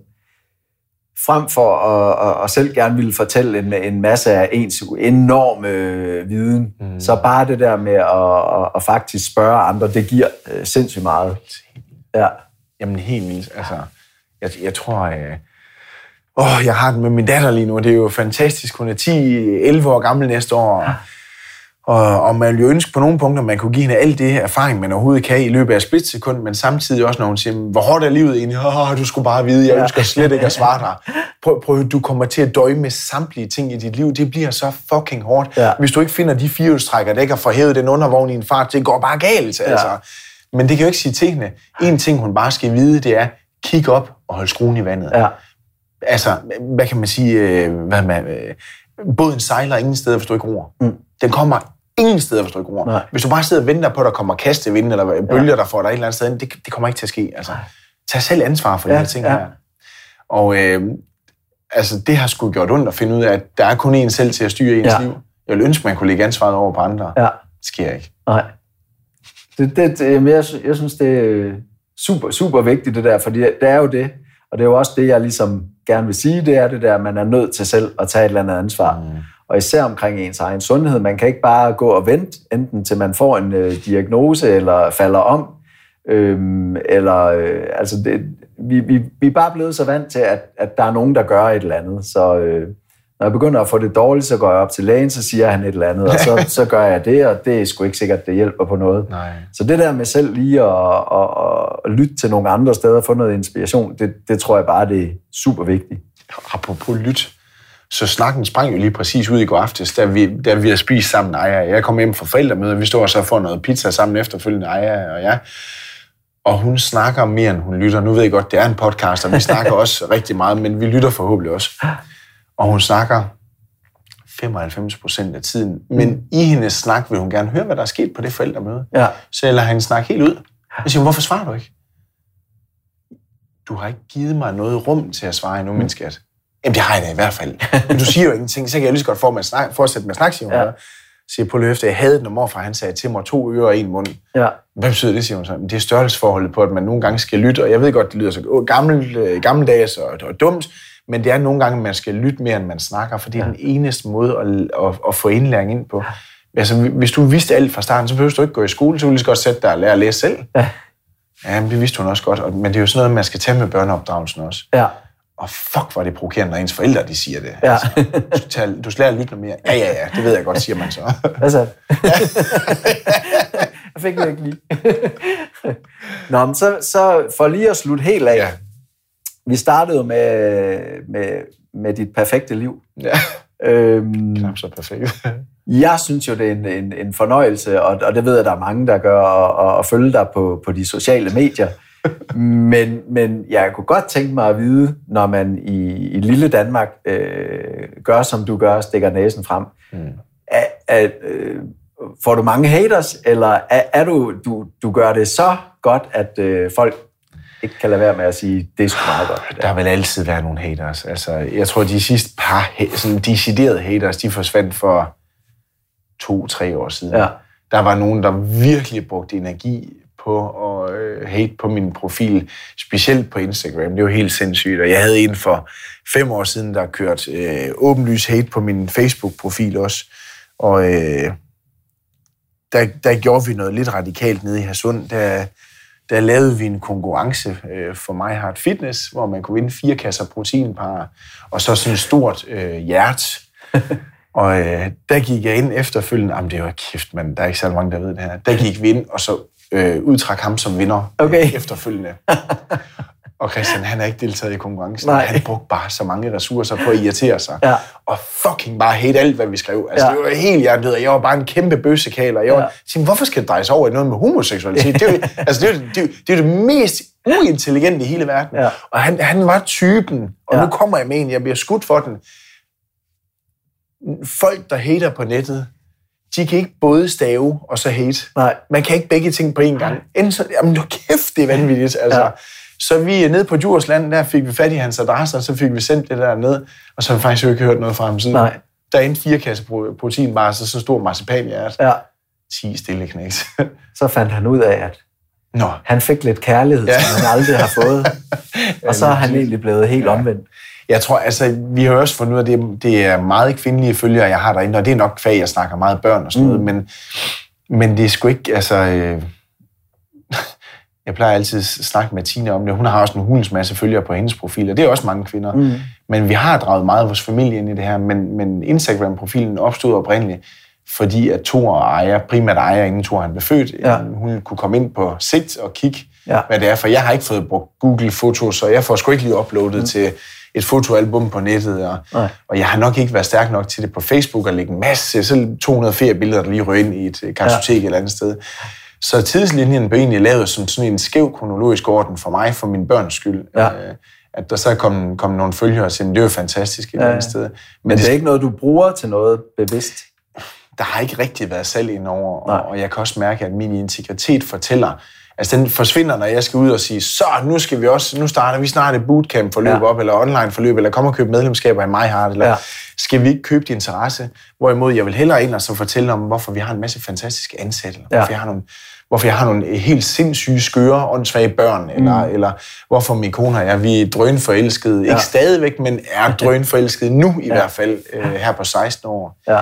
frem for at, at, at selv gerne ville fortælle en, en masse af ens enorme viden, mm. så bare det der med at, at, at faktisk spørge andre, det giver uh, sindssygt meget. Ja. Jamen helt vildt. Altså, jeg, jeg tror, øh, åh, jeg har den med min datter lige nu, det er jo fantastisk. Hun er ti elleve år gammel næste år, ja. Og, og man vil jo ønske på nogle punkter, man kunne give hende al det erfaring, man overhovedet kan i løbet af et splitsekund, men samtidig også, når hun siger, hvor hårdt er livet egentlig? Åh, du skulle bare vide, jeg ønsker slet ikke at svare dig. Prøv, prøv, du kommer til at døje med samtlige ting i dit liv. Det bliver så fucking hårdt. Ja. Hvis du ikke finder de firehjulstrækker, der ikke har forhævet den undervogn i en fart, det går bare galt. Ja. Altså. Men det kan jo ikke sige til hende. En ting, hun bare skal vide, det er, kig op og hold skruen i vandet. Ja. Altså, hvad kan man sige? Hvad man, båden sejler ingen steder, hvis du ikke roer. Mm. Den kommer ingen steder, hvis du ikke roer. Hvis du bare sidder og venter på, at der kommer kastevind eller bølger, ja. der får dig et eller andet sted, det, det kommer ikke til at ske. Altså, tag selv ansvar for ja, de her ting ja. her. Og øh, altså, det har sgu gjort ondt at finde ud af, at der er kun én selv til at styre ens ja. liv. Jeg vil ønske, man kunne lægge ansvaret over på andre. Ja. Det sker ikke. Nej. Det, det, det, jeg, jeg synes, det er super, super vigtigt, det der, fordi det er jo det, og det er jo også det, jeg ligesom gerne vil sige, det er det der, man er nødt til selv at tage et eller andet ansvar. Mm. Og især omkring ens egen sundhed. Man kan ikke bare gå og vente, enten til man får en øh, diagnose, eller falder om, øhm, eller, øh, altså, det, vi, vi, vi er bare blevet så vant til, at, at der er nogen, der gør et eller andet. Så øh, når jeg begynder at få det dårligt, så går jeg op til lægen, så siger han et eller andet, og så, så gør jeg det, og det er sgu ikke sikkert, det hjælper på noget. Nej. Så det der med selv lige at, at, at lytte til nogle andre steder og få noget inspiration, det, det tror jeg bare, det er super vigtigt. Apropos lyt, så snakken sprang jo lige præcis ud i går aftes, da vi, da vi har spist sammen, Aya. Jeg kom hjem fra forældremøde, vi står så og får noget pizza sammen efterfølgende, Aya og jeg. Og hun snakker mere, end hun lytter. Nu ved jeg godt, det er en podcast, og vi snakker også rigtig meget, men vi lytter forhåbentlig også. Og hun snakker femoghalvfems procent af tiden. Men mm. i hendes snak vil hun gerne høre, hvad der er sket på det forældremøde. Ja. Så jeg lader hende snakke helt ud. Jeg siger, hvorfor svarer du ikke? Du har ikke givet mig noget rum til at svare endnu, min skat. Jamen, det har jeg da i hvert fald. Men du siger jo ingenting, så kan jeg lige så godt for med snak, fortsætte med at snakke, siger hun. Ja. siger på løfte, jeg havde når morfar, han sagde til mig to ører og en mund. Ja. Hvad betyder det, siger hun så? Det er størrelsesforholdet på, at man nogle gange skal lytte, og jeg ved godt, det lyder så gammel, gammeldags og, og dumt, men det er nogle gange, man skal lytte mere, end man snakker, for det er ja. den eneste måde at, at, at få indlæring ind på. Altså, hvis du vidste alt fra starten, så behøver du ikke gå i skole, så ville du lige så godt sætte dig og lære at læse selv. Ja. Ja, men det vidste hun også godt, men det er jo sådan noget, man skal tage med børneopdragelsen også. Ja. Og fuck, hvor det provokerende, når ens forældre, de siger det. Ja. Altså, du, skal tage, du skal lære at lytte noget mere. Ja, ja, ja, det ved jeg godt, siger man så. Hvad så? Jeg fik det ikke lige. Nå, men så, så for lige at slutte helt af. Ja. Vi startede med, med, med dit perfekte liv. Ja. Øhm, Knap så perfekt. Jeg synes jo, det er en, en, en fornøjelse, og, og det ved jeg, der er mange, der gør, at, at følge dig på, på de sociale medier. men, men jeg kunne godt tænke mig at vide, når man i, i lille Danmark øh, gør, som du gør, stikker næsen frem. Mm. Er, er, øh, får du mange haters, eller er, er du, du, du gør det så godt, at øh, folk ikke kan lade være med at sige, det er sgu meget godt. Der vil altid være nogle haters. Altså, jeg tror, de sidste par sådan deciderede haters, de forsvandt for to-tre år siden. Ja. Der var nogen, der virkelig brugte energi på at øh, hate på min profil, specielt på Instagram. Det var helt sindssygt. Og jeg havde en for fem år siden, der kørt øh, åbenlys hate på min Facebook-profil også. Og øh, der, der gjorde vi noget lidt radikalt nede i Hadsund. Der, der lavede vi en konkurrence øh, for MyHeart Fitness, hvor man kunne vinde fire kasser proteinpar, og så sådan et stort øh, hjerte. Og øh, der gik jeg ind efterfølgende, jamen det var kæft, men der er ikke så mange, der ved det her. Der gik vi ind, og så øh, udtræk ham som vinder okay. øh, efterfølgende. Og Christian, han har ikke deltaget i konkurrencen. Nej. Han brugte bare så mange ressourcer på at irritere sig. Ja. Og fucking bare hate alt, hvad vi skrev. Altså, ja. Det var helt hjertet, og jeg var bare en kæmpe bøssekæler. Jeg var, ja. Tænkte, hvorfor skal det dreje sig over i noget med homoseksualitet? Det er jo altså, det, er, det, er, det, er det mest uintelligente i hele verden. Ja. Og han, han var typen, og ja. Nu kommer jeg med en, jeg bliver skudt for den. Folk, der hater på nettet, de kan ikke både stave og så hate. Nej. Man kan ikke begge ting på én gang. Enten så, jamen nu kæft, det er vanvittigt. Altså. Ja. Så vi nede på Djursland, der fik vi fat i hans adresse, og så fik vi sendt det der ned, og så har vi faktisk jo ikke hørt noget fra ham siden. Nej. Der er en fire kasse proteinbar, så så stor marcipanhjert. Ja. ti stille knæks. Så fandt han ud af, at Nå. han fik lidt kærlighed, ja. som han aldrig har fået. Og så er han egentlig blevet helt ja. omvendt. Jeg tror, altså, vi har også fundet ud af, at det, det er meget kvindelige følgere, jeg har derinde, og det er nok kvæg, jeg snakker meget børn og sådan noget, mm. men, men det er sgu ikke, altså... Øh, jeg plejer altid at snakke med Tina om det. Hun har også en hulens masse følgere på hendes profil, og det er også mange kvinder. Mm. Men vi har draget meget af vores familie ind i det her, men, men Instagram-profilen opstod oprindeligt, fordi at Thor ejer, primært ejer, inden Thor han blev født, ja. hun kunne komme ind på sigt og kigge, ja. hvad det er, for jeg har ikke fået brugt Google-fotos, så jeg får sgu ikke lige uploadet mm. til et fotoalbum på nettet, og, og jeg har nok ikke været stærk nok til det på Facebook, og lægge en masse, så to hundrede feriebilleder, der lige ryger ind i et kartotek ja. eller andet sted. Så tidslinjen blev egentlig lavet som sådan en skæv kronologisk orden for mig, for min børns skyld. Ja. At der så kom, kom nogle følgere og sagde, det er jo fantastisk et ja. eller andet sted. Men, Men det er ikke noget, du bruger til noget bevidst? Der har ikke rigtig været salg indover, og, og jeg kan også mærke, at min integritet fortæller, altså den forsvinder, når jeg skal ud og sige, så nu skal vi også, nu starter vi snart et bootcamp-forløb ja. op, eller online-forløb, eller kom og købe medlemskaber i MyHeart, eller ja. skal vi ikke købe din interesse? Hvorimod jeg vil hellere ind og så fortælle om, hvorfor vi har en masse fantastiske ansatte, ja. hvorfor jeg har nogle hvorfor jeg har nogle helt sindssyge, skøre, åndssvage børn, mm. eller, eller hvorfor min kone og jeg, vi er drønforelskede, ja. ikke stadigvæk, men er drønforelskede nu i ja. hvert fald, øh, her på seksten år. Ja.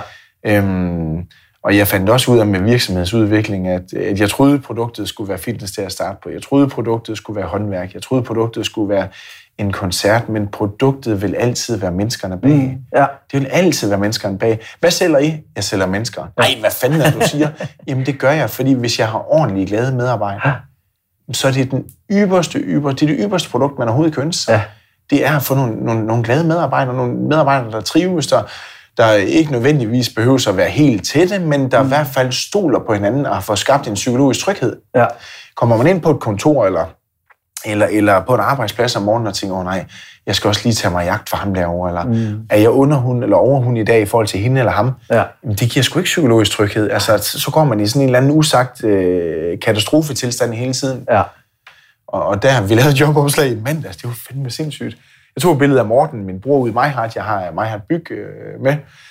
Øhm, og jeg fandt også ud af med virksomhedsudvikling, at, at jeg troede, produktet skulle være fitness til at starte på. Jeg troede, produktet skulle være håndværk. Jeg troede, produktet skulle være en koncert, men produktet vil altid være menneskerne bag. Mm, ja. Det vil altid være menneskerne bag. Hvad sælger I? Jeg sælger mennesker. Nej, hvad fanden er det, du siger? Jamen, det gør jeg, fordi hvis jeg har ordentlige, glade medarbejdere, så er det den ypperste, ypperste, det er det ypperste produkt, man overhovedet kan ønske sig. Ja. Det er at få nogle, nogle, nogle glade medarbejdere, nogle medarbejdere, der trives, der, der ikke nødvendigvis behøver at være helt tætte, men der mm. i hvert fald stoler på hinanden og har fået skabt en psykologisk tryghed. Ja. Kommer man ind på et kontor, eller Eller, eller på en arbejdsplads om morgenen og tænker, åh oh, nej, jeg skal også lige tage mig jagt for ham derovre, eller mm. er jeg underhund eller overhund i dag i forhold til hende eller ham? Ja. Det giver sgu ikke psykologisk tryghed. Altså, så går man i sådan en eller anden usagt øh, katastrofetilstand hele tiden. Ja. Og, og der, vi lavede et jobopslag i mandags, det var fandme sindssygt. Jeg tog et billede af Morten, min bror, ude i MyHeart. Jeg har MyHeart Byg øh, med.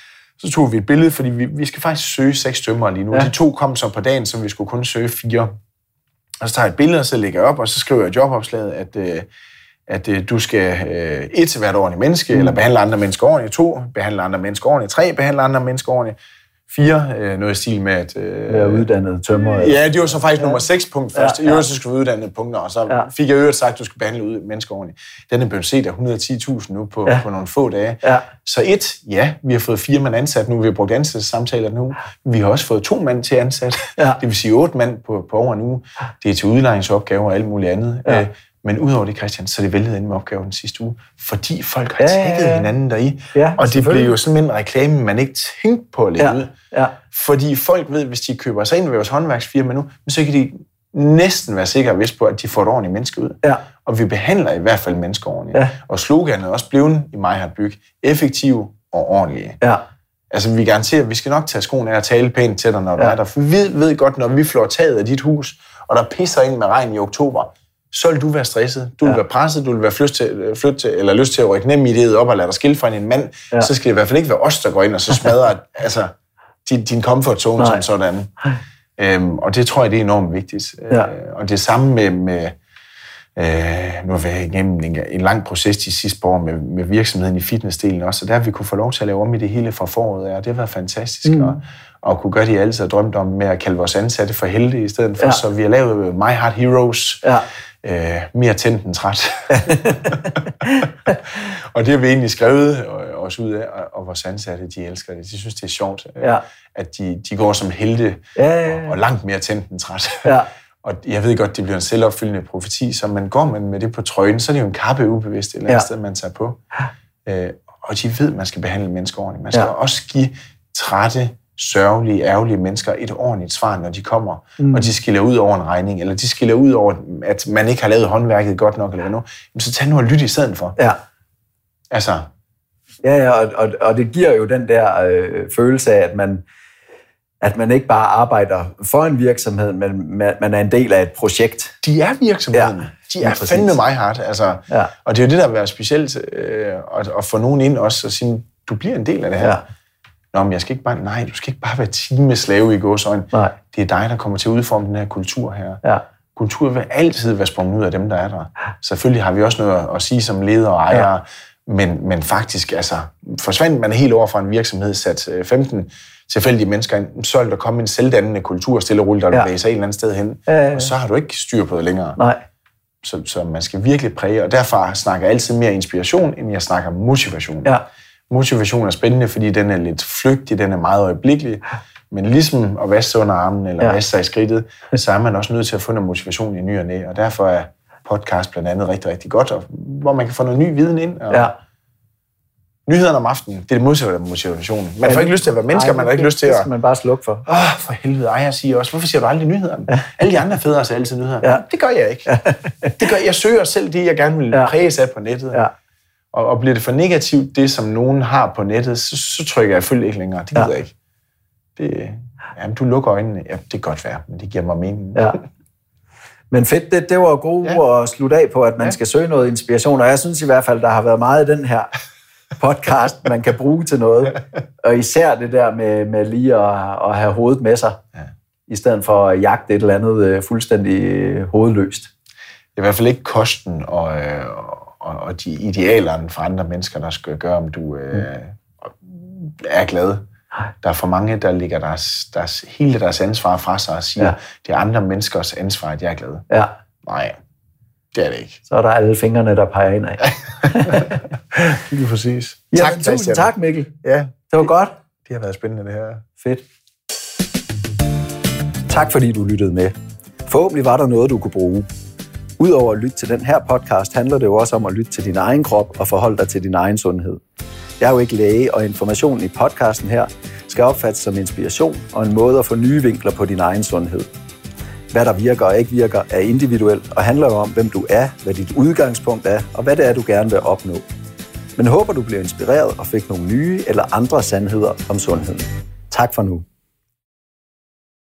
Så tog vi et billede, fordi vi, vi skal faktisk søge seks dømmere lige nu. Ja. De to kom så på dagen, så vi skulle kun søge fire. Og så tager jeg et billede, og så lægger jeg op, og så skriver jeg i jobopslaget, at, øh, at øh, du skal øh, et, være et ordentligt menneske, mm. eller behandle andre mennesker ordentligt, to, behandle andre mennesker ordentligt, tre, behandle andre mennesker ordentligt, fire, øh, noget i stil med at... Øh, være uddannet tømmer. Ja, det var så faktisk ja. nummer seks punkt først. Ja, ja. I øvrigt, så skulle vi uddanne punkter, og så ja. fik jeg øvrigt sagt, at du skal behandle ud mennesker ordentligt. Den er blevet set af et hundrede og ti tusind nu på, ja. på nogle få dage. Ja. Så et, ja, vi har fået fire mand ansat nu, vi har brugt ansættelsessamtaler nu. Vi har også fået to mand til ansat, ja. det vil sige otte mand på, på over en uge. Det er til udlejningsopgaver og alt muligt andet. Ja. Men udover det, Christian, så er det væltet ind med opgaven sidste uge, fordi folk har tagget ja, ja, ja. hinanden deri. Ja, og det blev jo sådan en reklame, man ikke tænkte på at lægge ja, ud. Ja. Fordi folk ved, hvis de køber sig ind ved vores håndværksfirma nu, så kan de næsten være sikre og vidste på, at de får et ordentligt menneske ud. Ja. Og vi behandler i hvert fald mennesker ordentligt. Ja. Og sloganet er også blevet i Meihardt Byg, effektive og ordentlige. Ja. Altså, vi garanterer, at vi skal nok tage skoene af og tale pænt til dig, når du ja. er der. For vi ved godt, når vi flår taget af dit hus, og der pisser ind med regn i oktober, så vil du være stresset, du vil ja. være presset, du vil være flytte til, flytte til, eller lyst til at rykke nem idéet op og lade dig skille fra en mand, ja. så skal det i hvert fald ikke være os, der går ind og så smadrer altså, din, din comfort zone som sådan. Øhm, og det tror jeg, det er enormt vigtigt. Ja. Øh, og det samme med, med øh, nu har vi igennem en, en lang proces de sidste par år med, med virksomheden i fitnessdelen også, og der har vi kunne få lov til at lave om i det hele fra foråret, og det har været fantastisk. Mm. Og, og kunne gøre det, I altid har drømt om, med at kalde vores ansatte for helte i stedet for, ja. så vi har lavet Meihardt Heroes. Ja. Øh, mere tændt end træt. Og det har vi egentlig skrevet os ud af, og vores ansatte, de elsker det. De synes, det er sjovt, ja. at de, de går som helte, ja, ja, ja. og langt mere tændt end træt. Ja. Og jeg ved godt, det bliver en selvopfyldende profeti, så man går man med det på trøjen, så er det jo en kappe ubevidst et eller andet ja. sted, man tager på. Øh, og de ved, at man skal behandle mennesker ordentligt. Man skal ja. også give trætte, sørgelige, ærgerlige mennesker et ordentligt svar, når de kommer, mm. og de skiller ud over en regning, eller de skiller ud over, at man ikke har lavet håndværket godt nok, eller noget. Så tag nu og lyt i stedet for. Ja. Altså. Ja, ja, og, og, og det giver jo den der øh, følelse af, at man, at man ikke bare arbejder for en virksomhed, men man er en del af et projekt. De er virksomheden. Ja, de er fandme Meihardt. Altså. Ja. Og det er jo det, der vil være specielt, øh, at, at få nogen ind også, og sige, du bliver en del af det her. Ja. Nå, men jeg skal ikke bare, nej, du skal ikke bare være timeslave i gåseøjne. Nej. Det er dig, der kommer til at udforme den her kultur her. Ja. Kultur vil altid være sprunget ud af dem, der er der. Selvfølgelig har vi også noget at sige som ledere og ejere, ja. men, men faktisk, altså, forsvandt man helt over fra en virksomhed, sat femten tilfældige mennesker ind, så vil der komme en selvdannende kultur, stille og roligt, der vil ja. bevæge sig et eller andet sted hen, ja, ja, ja. og så har du ikke styr på det længere. Nej. Så, så man skal virkelig præge, og derfor snakker jeg altid mere inspiration, end jeg snakker motivation. Ja. Motivation er spændende, fordi den er lidt flygtig, den er meget øjeblikkelig. Men ligesom at vaske sig under armen eller ja. vaske sig i skridtet, så er man også nødt til at få noget motivation i ny og næ. Og derfor er podcast blandt andet rigtig, rigtig godt, og hvor man kan få noget ny viden ind. Og ja. Nyhederne om aftenen, det er det modsatte af motivationen. Man får ikke lyst til at være mennesker, Ej, man har ikke lyst til at... Det skal man bare slukke for. Åh, oh, for helvede. Ej, jeg siger også, hvorfor siger du aldrig nyhederne? Ja. Alle de andre fædre siger altid nyhederne. Ja. Det gør jeg ikke. Det gør, jeg søger selv det, jeg gerne vil ja. præges af på nettet. Ja. Og, og bliver det for negativt, det som nogen har på nettet, så, så trykker jeg følge ikke længere. Det gider jeg ja. ikke. Det, jamen, du lukker øjnene. Ja, det kan godt være, men det giver mig mening. Ja. Men fedt, det, det var gode ja. ord at slutte af på, at man ja. skal søge noget inspiration. Og jeg synes i hvert fald, der har været meget i den her podcast, man kan bruge til noget. Og især det der med, med lige at, at have hovedet med sig, ja. i stedet for at jagte et eller andet fuldstændig hovedløst. Det er i hvert fald ikke kosten og, og, og de idealerne for andre mennesker, der skal gøre, om du øh, mm. er glad. Der er for mange, der ligger deres, deres, hele deres ansvar fra sig og siger, ja. det er andre menneskers ansvar, at jeg er glad. Ja. Nej, det er det ikke. Så er der alle fingrene, der peger ind af. Lige præcis. Ja, tak, tusind Christian. Tak, Mikkel. Ja, det var det, godt. Det har været spændende, det her. Fedt. Tak, fordi du lyttede med. Forhåbentlig var der noget, du kunne bruge. Udover at lytte til den her podcast, handler det jo også om at lytte til din egen krop og forholde dig til din egen sundhed. Jeg er jo ikke læge, og informationen i podcasten her skal opfattes som inspiration og en måde at få nye vinkler på din egen sundhed. Hvad der virker og ikke virker, er individuelt og handler jo om, hvem du er, hvad dit udgangspunkt er, og hvad det er, du gerne vil opnå. Men håber, du blev inspireret og fik nogle nye eller andre sandheder om sundhed. Tak for nu.